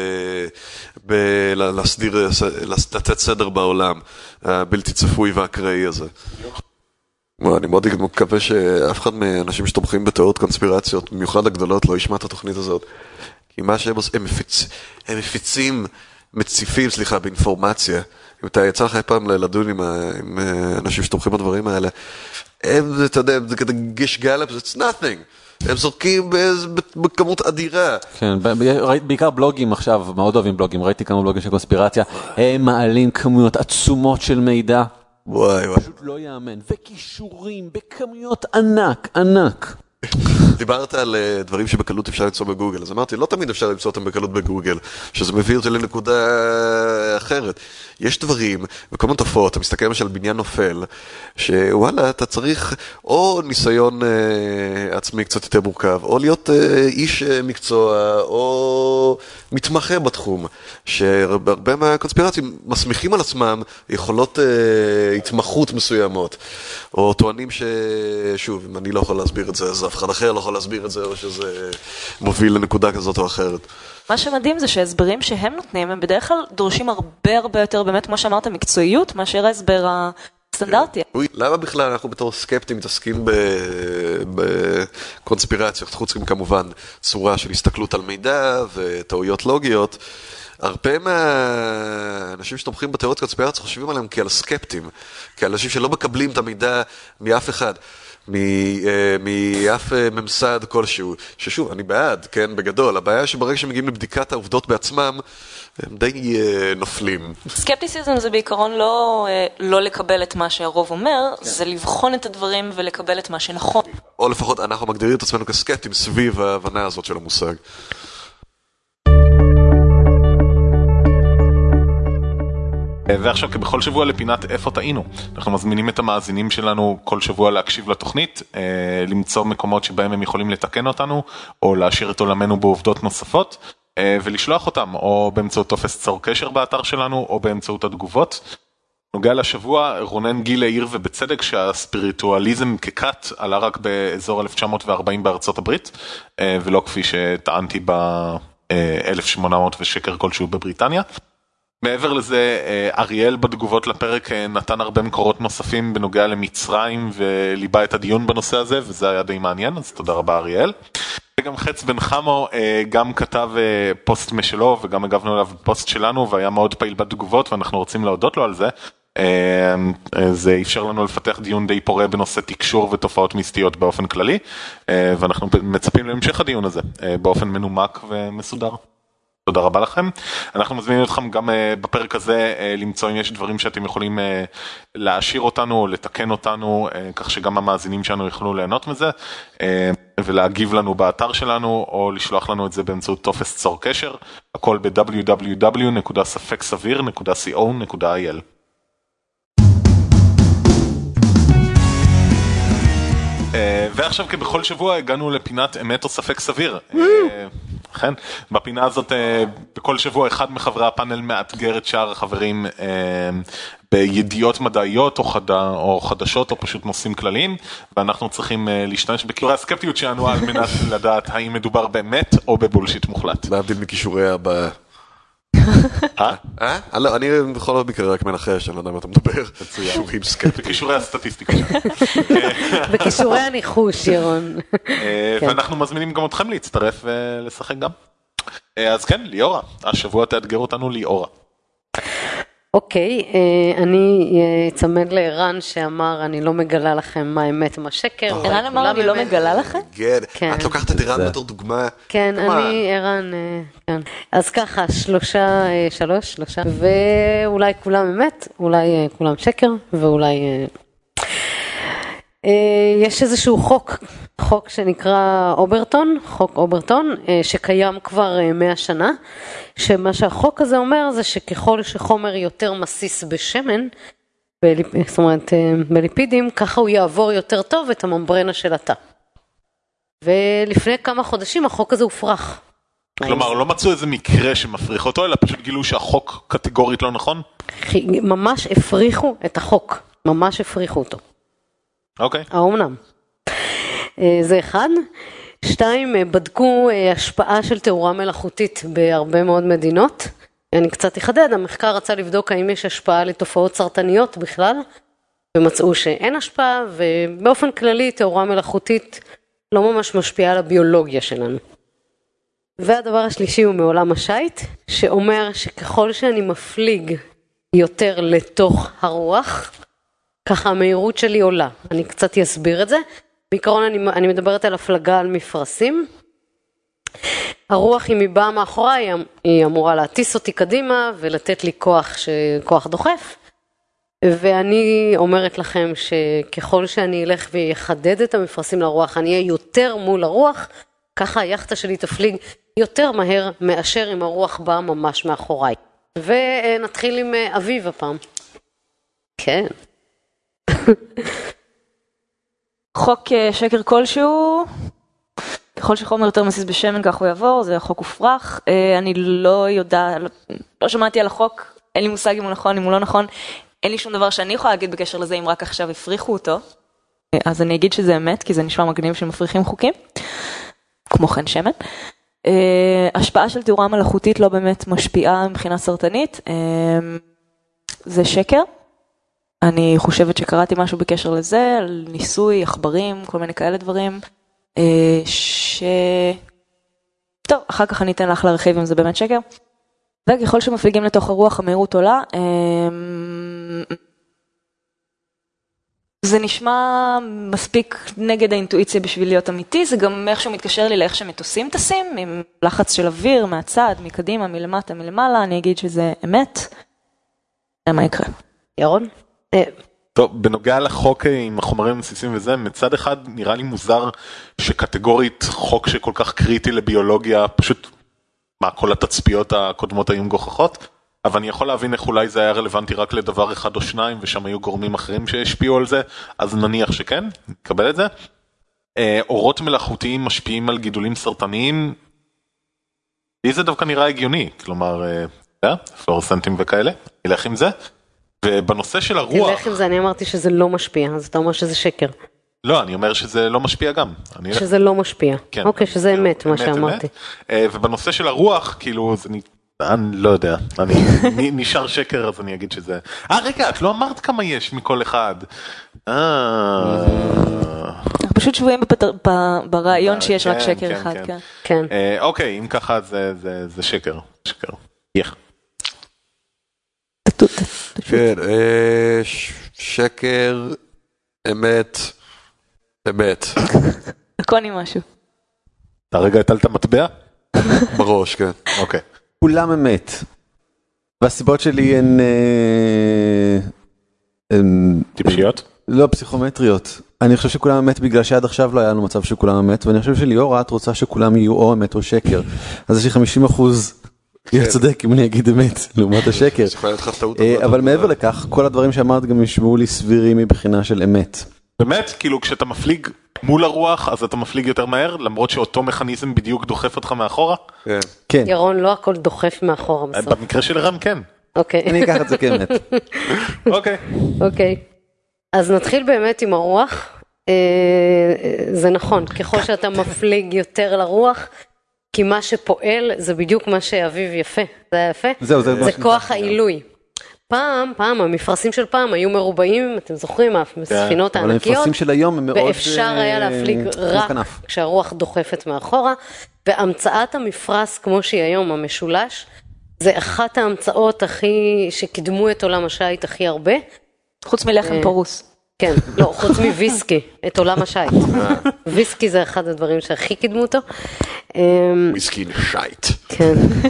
בלהסדיר, לתת סדר בעולם, הבלתי צפוי והקראי הזה. אני מאוד מקווה שאף אחד מהאנשים שתומכים בתיאוריות קונספירציות, במיוחד הגדולות, לא ישמע את התוכנית הזאת. כי מה שהם עושים, הם מפיצים, מציפים, סליחה, באינפורמציה. אם אתה יצא לך פעם לדון עם אנשים שתומכים בדברים האלה, הם, אתה יודע, זה כדי גיש גלפ, it's nothing. הם זורקים בכמות אדירה. כן, בעיקר בלוגים עכשיו, מאוד אוהבים בלוגים, ראיתי כמה בלוגים של קונספירציה, הם מעלים כמויות עצומות של מידע. וואי וואי. פשוט לא יאמן, וקישורים בכמויות ענק, ענק. דיברת על דברים שבקלות אפשר למצוא בגוגל, אז אמרתי, לא תמיד אפשר למצוא אותם בקלות בגוגל, שזה מביא אותי לנקודה אחרת. יש דברים, וכל מיני תופעות, אתה מסתכל למשל בניין נופל, שוואלה, אתה צריך או ניסיון אה, עצמי קצת יותר מורכב, או להיות אה, איש אה, מקצוע, או מתמחה בתחום, שהרבה מהקונספירציים מסמיכים על עצמם יכולות אה, התמחות מסוימות, או טוענים ששוב, אם אני לא יכול להסביר את זה, אז אף אחד אחר לא יכול להסביר את זה, או שזה מוביל לנקודה כזאת או אחרת. מה שמדהים זה שהסברים שהם נותנים, הם בדרך כלל דורשים הרבה הרבה יותר, באמת, כמו שאמרת, מקצועיות, מאשר ההסבר הסטנדרטי. למה בכלל אנחנו בתור סקפטים מתעסקים בקונספירציות, חוץ כמובן צורה של הסתכלות על מידע וטעויות לוגיות, הרבה מהאנשים שתומכים בתיאוריות קונספירציה חושבים עליהם כעל סקפטים, כעל אנשים שלא מקבלים את המידע מאף אחד. מאף ממסד כלשהו, ששוב, אני בעד, כן, בגדול. הבעיה שברגע שמגיעים לבדיקת העובדות בעצמם, הם די נופלים. סקפטיסיזם זה בעיקרון לא, לא לקבל את מה שהרוב אומר, זה לבחון את הדברים ולקבל את מה שנכון. או לפחות אנחנו מגדירים את עצמנו כסקפטים סביב ההבנה הזאת של המושג. ועכשיו כבכל שבוע לפינת איפה טעינו. אנחנו מזמינים את המאזינים שלנו כל שבוע להקשיב לתוכנית, למצוא מקומות שבהם הם יכולים לתקן אותנו, או להשאיר את עולמנו בעובדות נוספות, ולשלוח אותם, או באמצעות טופס צור קשר באתר שלנו, או באמצעות התגובות. נוגע לשבוע, רונן גיל העיר ובצדק שהספיריטואליזם ככת עלה רק באזור אלף תשע מאות וארבעים בארצות הברית, ולא כפי שטענתי ב-אלף שמונה מאות ושקר כלשהו בבריטניה. מעבר לזה, אריאל בתגובות לפרק נתן הרבה מקורות נוספים בנוגע למצרים וליבה את הדיון בנושא הזה, וזה היה די מעניין, אז תודה רבה אריאל. וגם חץ בן חמו גם כתב פוסט משלו וגם הגבנו עליו פוסט שלנו, והיה מאוד פעיל בתגובות ואנחנו רוצים להודות לו על זה. זה אפשר לנו לפתח דיון די פורה בנושא תקשור ותופעות מיסטיות באופן כללי, ואנחנו מצפים להמשך הדיון הזה באופן מנומק ומסודר. תודה רבה לכם. אנחנו מזמינים אתכם גם בפרק הזה למצוא אם יש דברים שאתם יכולים להעשיר אותנו או לתקן אותנו, כך שגם המאזינים שלנו יוכלו ליהנות מזה, ולהגיב לנו באתר שלנו או לשלוח לנו את זה באמצעות טופס צור קשר, הכל ב-דאבליו דאבליו דאבליו נקודה ספק סביר נקודה סי או נקודה איי אל. ועכשיו כבכל שבוע הגענו לפינת אמת או ספק סביר. כן, בפינה הזאת בכל שבוע אחד מחברי הפאנל מאתגר את שאר החברים בידיעות מדעיות או, חד... או חדשות או פשוט נושאים כלליים, ואנחנו צריכים להשתמש בכישורי הסקפטיות שלנו על מנת לדעת האם מדובר באמת או בבולשיט מוחלט. להבדיל מכישורי הבא. אה? אה? אני בכל מקרה רק מנחש, אני לא יודע מה אתה מדבר. כישורים סקפטיים. בכישורי הסטטיסטיקה. בכישורי הניחוש, ירון. ואנחנו מזמינים גם אתכם להצטרף ולשחק גם. אז כן, ליאורה. השבוע תאתגר אותנו ליאורה. אוקיי, אני אצמד לערן שאמר, אני לא מגלה לכם מה האמת ומה שקר. ערן אמר, אני לא מגלה לכם? כן. את לוקחת את ערן בתור דוגמה. כן, אני ערן, כן. אז ככה, שלושה, שלוש, שלושה, ואולי כולם אמת, אולי כולם שקר, ואולי... יש איזשהו חוק, חוק שנקרא אוברטון, חוק אוברטון, שקיים כבר מאה שנה, שמה שהחוק הזה אומר זה שככל שחומר יותר מסיס בשמן, בליפ, זאת אומרת בליפידים, ככה הוא יעבור יותר טוב את הממברנה של התא. ולפני כמה חודשים החוק הזה הופרך. כלומר, לא מצאו איזה מקרה שמפריך אותו, אלא פשוט גילו שהחוק קטגורית לא נכון? ממש הפריחו את החוק, ממש הפריחו אותו. אוקיי. האומנם. זה אחד. שתיים, בדקו השפעה של תאורה מלאכותית בהרבה מאוד מדינות. אני קצת אחדד, המחקר רצה לבדוק האם יש השפעה לתופעות סרטניות בכלל, ומצאו שאין השפעה, ובאופן כללי תאורה מלאכותית לא ממש משפיעה על הביולוגיה שלנו. והדבר השלישי הוא מעולם השייט, שאומר שככל שאני מפליג יותר לתוך הרוח, ככה המהירות שלי עולה. אני קצת אסביר את זה. בעיקרון אני, אני מדברת על הפלגה על מפרשים. הרוח אם היא באה מאחוריי, היא אמורה להטיס אותי קדימה ולתת לי כוח, ש... כוח דוחף. ואני אומרת לכם שככל שאני אלך ויחדד את המפרשים לרוח, אני אהיה יותר מול הרוח, ככה היחטה שלי תפליג יותר מהר מאשר אם הרוח באה ממש מאחוריי. ונתחיל עם אביב הפעם. כן. חוק שקר כלשהו, ככל שחומר יותר מסיס בשמן כך הוא יעבור, זה חוק ופרח. אני לא יודע, לא שמעתי על החוק, אין לי מושג אם הוא נכון, אם הוא לא נכון, אין לי שום דבר שאני יכולה להגיד בקשר לזה אם רק עכשיו הפריחו אותו. אז אני אגיד שזה אמת, כי זה נשמע מגניב שמפריחים חוקים, כמו כן שמן. השפעה של תאורה מלאכותית לא באמת משפיעה מבחינה סרטנית, זה שקר. אני חושבת שקראתי משהו בקשר לזה, על ניסוי, עכברים, כל מיני כאלה דברים, ש... טוב, אחר כך אני אתן לך להרחיב אם זה באמת שקר. וככל שמפליגים לתוך הרוח, המהירות עולה. זה נשמע מספיק נגד האינטואיציה בשביל להיות אמיתי, זה גם איך שהוא מתקשר לי לאיך שמטוסים טסים, עם לחץ של אוויר, מהצד, מקדימה, מלמטה, מלמעלה, אני אגיד שזה אמת. מה יקרה? ירון? טוב, בנוגע לחוק עם החומרים המסיסים וזה, מצד אחד נראה לי מוזר שקטגורית חוק שכל כך קריטי לביולוגיה, פשוט, מה, כל התצפיות הקודמות היו מגוחכות, אבל אני יכול להבין איך אולי זה היה רלוונטי רק לדבר אחד או שניים, ושם היו גורמים אחרים שהשפיעו על זה, אז נניח שכן, נקבל את זה. אורות מלאכותיים משפיעים על גידולים סרטניים, לי זה דווקא נראה הגיוני, כלומר, פלורסנטים וכאלה, נלך עם זה. ובנושא של הרוח... תלך עם זה, אני אמרתי שזה לא משפיע, אז אתה אומר שזה שקר. לא, אני אומר שזה לא משפיע גם. שזה לא משפיע. כן. אוקיי, שזה אמת, מה שאמרתי. ובנושא של הרוח, כאילו, אני לא יודע, אני נשאר שקר, אז אני אגיד שזה... אה, רגע, את לא אמרת כמה יש מכל אחד. אה... אנחנו פשוט שבועים ברעיון שיש רק שקר אחד. כן. אוקיי, אם ככה זה שקר. שקר. יח. כן, שקר, אמת, אמת. לקוני משהו. אתה רגע הטלת מטבע? בראש, כן. אוקיי. כולם אמת. והסיבות שלי הן... טיפשיות? לא, פסיכומטריות. אני חושב שכולם אמת בגלל שעד עכשיו לא היה לנו מצב שכולם אמת, ואני חושב שליאורה את רוצה שכולם יהיו או אמת או שקר. אז יש לי חמישים אחוז... יהיה צודק אם אני אגיד אמת, לעומת השקר. אבל מעבר לכך, כל הדברים שאמרת גם ישמעו לי סבירים מבחינה של אמת. באמת, כאילו כשאתה מפליג מול הרוח, אז אתה מפליג יותר מהר, למרות שאותו מכניזם בדיוק דוחף אותך מאחורה? כן. ירון, לא הכל דוחף מאחורה בסוף. במקרה של רם, כן. אוקיי. אני אקח את זה כאמת. אוקיי. אוקיי. אז נתחיל באמת עם הרוח. זה נכון, ככל שאתה מפליג יותר לרוח, כי מה שפועל זה בדיוק מה שאביב יפה, זה היה יפה? זהו, זה, זה כוח העילוי. פעם, פעם, המפרשים של פעם היו מרובעים, אתם זוכרים, הספינות הענקיות, אבל המפרשים של היום הם מאוד... ואפשר היה להפליג רק כשהרוח דוחפת מאחורה, והמצאת המפרש כמו שהיא היום, המשולש, זה אחת ההמצאות הכי, שקידמו את עולם השייט הכי הרבה. חוץ מלחם פרוס. כן, לא, חוץ מוויסקי, את עולם השייט. ויסקי זה אחד הדברים שהכי קידמו אותו. וויסקי לשייט. כן.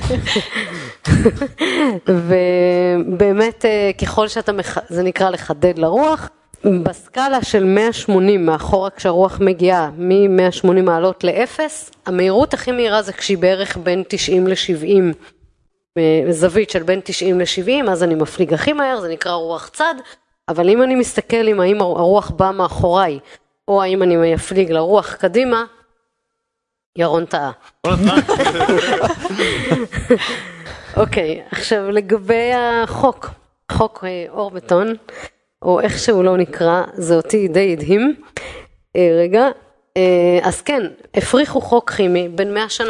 ובאמת, ככל שאתה, זה נקרא לחדד לרוח, בסקאלה של מאה ושמונים מאחורה כשהרוח מגיעה מ-מאה ושמונים מעלות לאפס, המהירות הכי מהירה זה כשהיא בערך בין תשעים לשבעים, זווית של בין תשעים לשבעים, אז אני מפליג הכי מהר, זה נקרא רוח צד, אבל אם אני מסתכל אם האם הרוח באה מאחוריי, או האם אני מפליג לרוח קדימה, ירון טעה. אוקיי, עכשיו לגבי החוק, חוק אורביטון, או איך שהוא לא נקרא, זה אותי די הדהים. רגע, אז כן, הפריחו חוק כימי בין מאה שנה.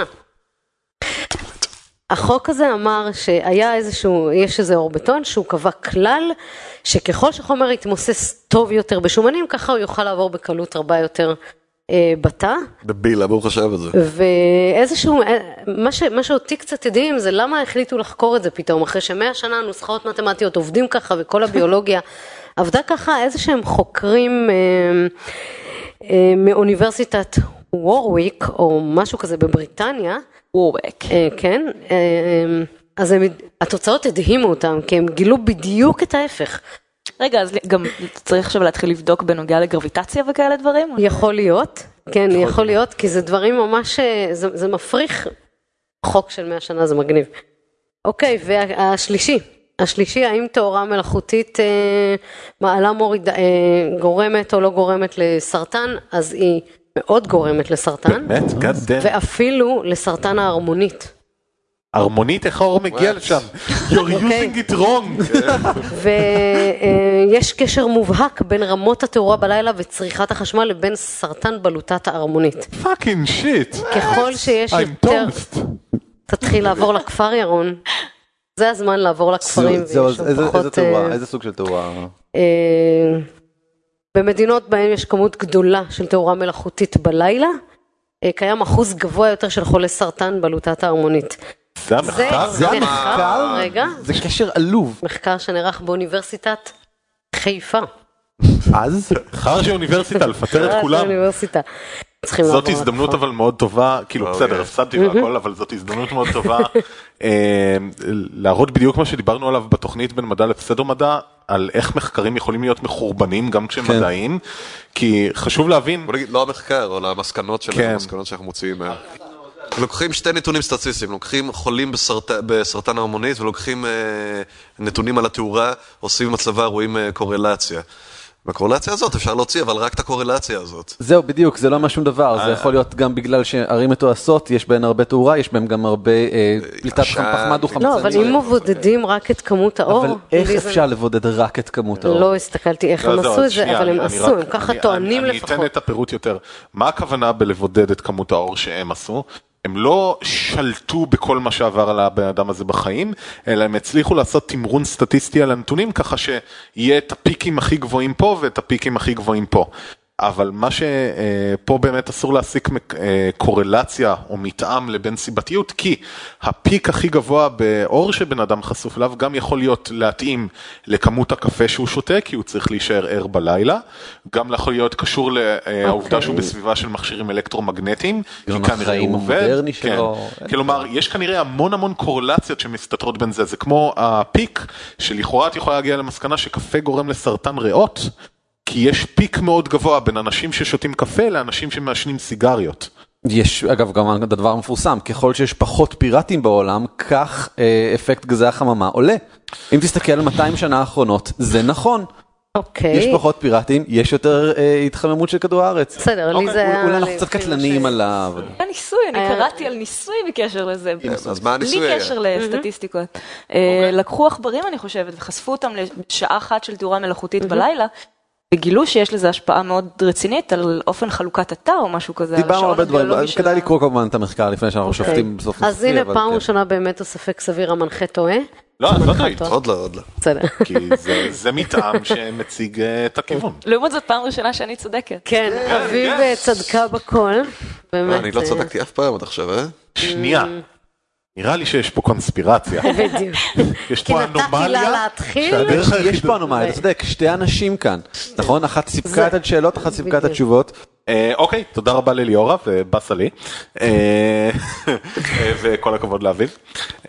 החוק הזה אמר שהיה איזשהו, יש איזה אורביטון שהוא קבע כלל שככל שחומר יתמוסס טוב יותר בשומנים, ככה הוא יוכל לעבור בקלות רבה יותר אה, בתא. דביל, למה הוא חשב את זה? ואיזשהו, מה, ש, מה שאותי קצת יודעים זה למה החליטו לחקור את זה פתאום, אחרי שמאה שנה נוסחאות מתמטיות עובדים ככה וכל הביולוגיה עבדה ככה, איזה שהם חוקרים אה, אה, מאוניברסיטת וורוויק או משהו כזה בבריטניה, וורוויק. כן, אז הם, התוצאות הדהימו אותם, כי הם גילו בדיוק את ההפך. רגע, אז גם צריך עכשיו להתחיל לבדוק בנוגע לגרביטציה וכאלה דברים? יכול להיות, כן, יכול להיות, כי זה דברים ממש, זה, זה מפריך, חוק של מאה שנה זה מגניב. אוקיי, והשלישי, השלישי, האם תאורה מלאכותית אה, מעלה מורידה, אה, גורמת או לא גורמת לסרטן, אז היא מאוד גורמת לסרטן. באמת? God damn. ואפילו לסרטן ההרמונית. הרמונית, איך האור מגיע לשם? You're using it wrong. ויש קשר מובהק בין רמות התאורה בלילה וצריכת החשמל לבין סרטן בלוטת ההרמונית. פאקינג שיט. ככל שיש יותר... תתחיל לעבור לכפר ירון. זה הזמן לעבור לכפרים. איזה תאורה? איזה סוג של תאורה? במדינות בהן יש כמות גדולה של תאורה מלאכותית בלילה, קיים אחוז גבוה יותר של חולי סרטן בלוטת ההרמונית. זה המחקר? זה המחקר? רגע. זה קשר עלוב. מחקר שנערך באוניברסיטת חיפה. אז? אחר שאוניברסיטה, לפטר את כולם. באוניברסיטה. זאת הזדמנות אבל מאוד טובה, כאילו בסדר, הפסדתי והכל, אבל זאת הזדמנות מאוד טובה להראות בדיוק מה שדיברנו עליו בתוכנית בין מדע לפסדר מדע, על איך מחקרים יכולים להיות מחורבנים גם כשהם מדעיים, כי חשוב להבין... בוא נגיד, לא המחקר, או המסקנות שלנו, המסקנות שאנחנו מוציאים מהם. לוקחים שתי נתונים סטטיסטיים, לוקחים חולים בסרט... בסרטן הרמונית, ולוקחים אה, נתונים על התאורה, עושים מצבה, רואים אה, קורלציה. בקורלציה הזאת אפשר להוציא, אבל רק את הקורלציה הזאת. זהו, בדיוק, זה לא מה שום דבר, זה יכול להיות גם בגלל שערים מתועשות, יש בהן הרבה תאורה, יש בהן גם הרבה פליטת פחמן דו-חמצני. לא, אבל אם מבודדים רק את כמות האור... אבל איך אפשר לבודד רק את כמות האור? לא הסתכלתי איך הם עשו את זה, אבל הם עשו, הם ככה טוענים לפחות. אני אתן את הפירוט יותר. מה הכוונה בלבודד את כמות האור שהם עשו? הם לא שלטו בכל מה שעבר על הבן אדם הזה בחיים, אלא הם הצליחו לעשות תמרון סטטיסטי על הנתונים, ככה שיהיה את הפיקים הכי גבוהים פה ואת הפיקים הכי גבוהים פה. אבל מה שפה באמת אסור להסיק קורלציה או מתאם לבין סיבתיות, כי הפיק הכי גבוה באור שבן אדם חשוף אליו גם יכול להיות להתאים לכמות הקפה שהוא שותה, כי הוא צריך להישאר ער בלילה, גם יכול להיות קשור לעובדה שהוא בסביבה של מכשירים אלקטרומגנטיים, כי כנראה הוא עובד. כלומר, יש כנראה המון המון קורלציות שמסתתרות בין זה, זה כמו הפיק שלכאורה את יכולה להגיע למסקנה שקפה גורם לסרטן ריאות, כי יש פיק מאוד גבוה בין אנשים ששותים קפה לאנשים שמעשנים סיגריות. יש, אגב, גם הדבר המפורסם, ככל שיש פחות פיראטים בעולם, כך אה, אפקט גזי החממה עולה. אם תסתכל על מאתיים שנה האחרונות, זה נכון. אוקיי. יש פחות פיראטים, יש יותר אה, התחממות של כדור הארץ. בסדר, לי זה היה... אולי אנחנו קצת קטלניים עליו. היה ניסוי, אני קראתי על ניסוי בקשר לזה. אז מה הניסוי היה? בלי קשר לסטטיסטיקות. לקחו עכברים, אני חושבת, וחשפו אותם לשעה אחת של תאורה מלאכותית בלילה, וגילו שיש לזה השפעה מאוד רצינית על אופן חלוקת התא או משהו כזה. דיברנו הרבה דברים, כדאי לקרוא כמובן את המחקר לפני שאנחנו שופטים בסוף. אז הנה פעם ראשונה באמת הספק סביר המנחה טועה. לא, לא טעית. עוד לא, עוד לא. בסדר. כי זה מטעם שמציג את הכיוון. לעומת זאת פעם ראשונה שאני צודקת. כן, אביב צדקה בכל. אני לא צדקתי אף פעם עד עכשיו, אה? שנייה. נראה לי שיש פה קונספירציה. בדיוק. יש פה אנומליה. יש פה אנומליה, אתה צודק, שתי אנשים כאן. נכון? אחת סיפקה את השאלות, אחת סיפקה את התשובות. אוקיי, תודה רבה לליאורה ובאסה לי. וכל הכבוד לאביב.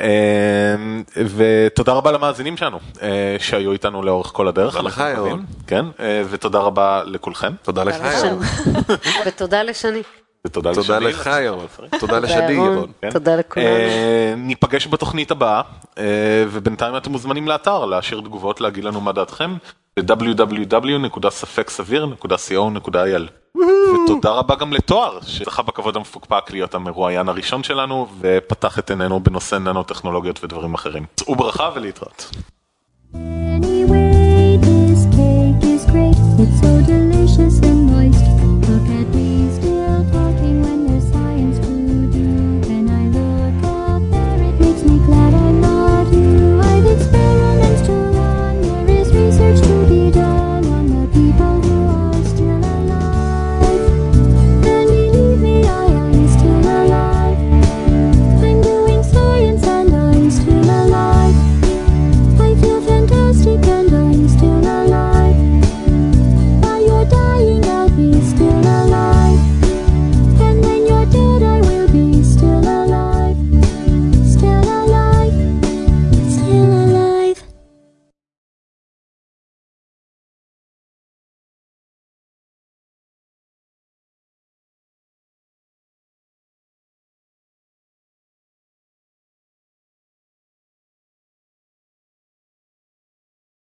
ותודה רבה למאזינים שלנו, שהיו איתנו לאורך כל הדרך. תודה לך ירון. כן, ותודה רבה לכולכם. תודה לך ירון. ותודה לשני. ותודה תודה לך ירון. תודה לשני ירון. תודה לכולנו. ניפגש בתוכנית הבאה, ובינתיים אתם מוזמנים לאתר, להשאיר תגובות, להגיד לנו מה דעתכם, ב-דאבליו דאבליו דאבליו נקודה ספק סביר נקודה סי או נקודה איי אל. ותודה רבה גם לתואר, שזכה בכבוד המפוקפק להיות המרואיין הראשון שלנו, ופתח את עינינו בנושא ננו-טכנולוגיות ודברים אחרים. צאו ברכה ולהתראות. Anyway, this cake is great, it's so delicious.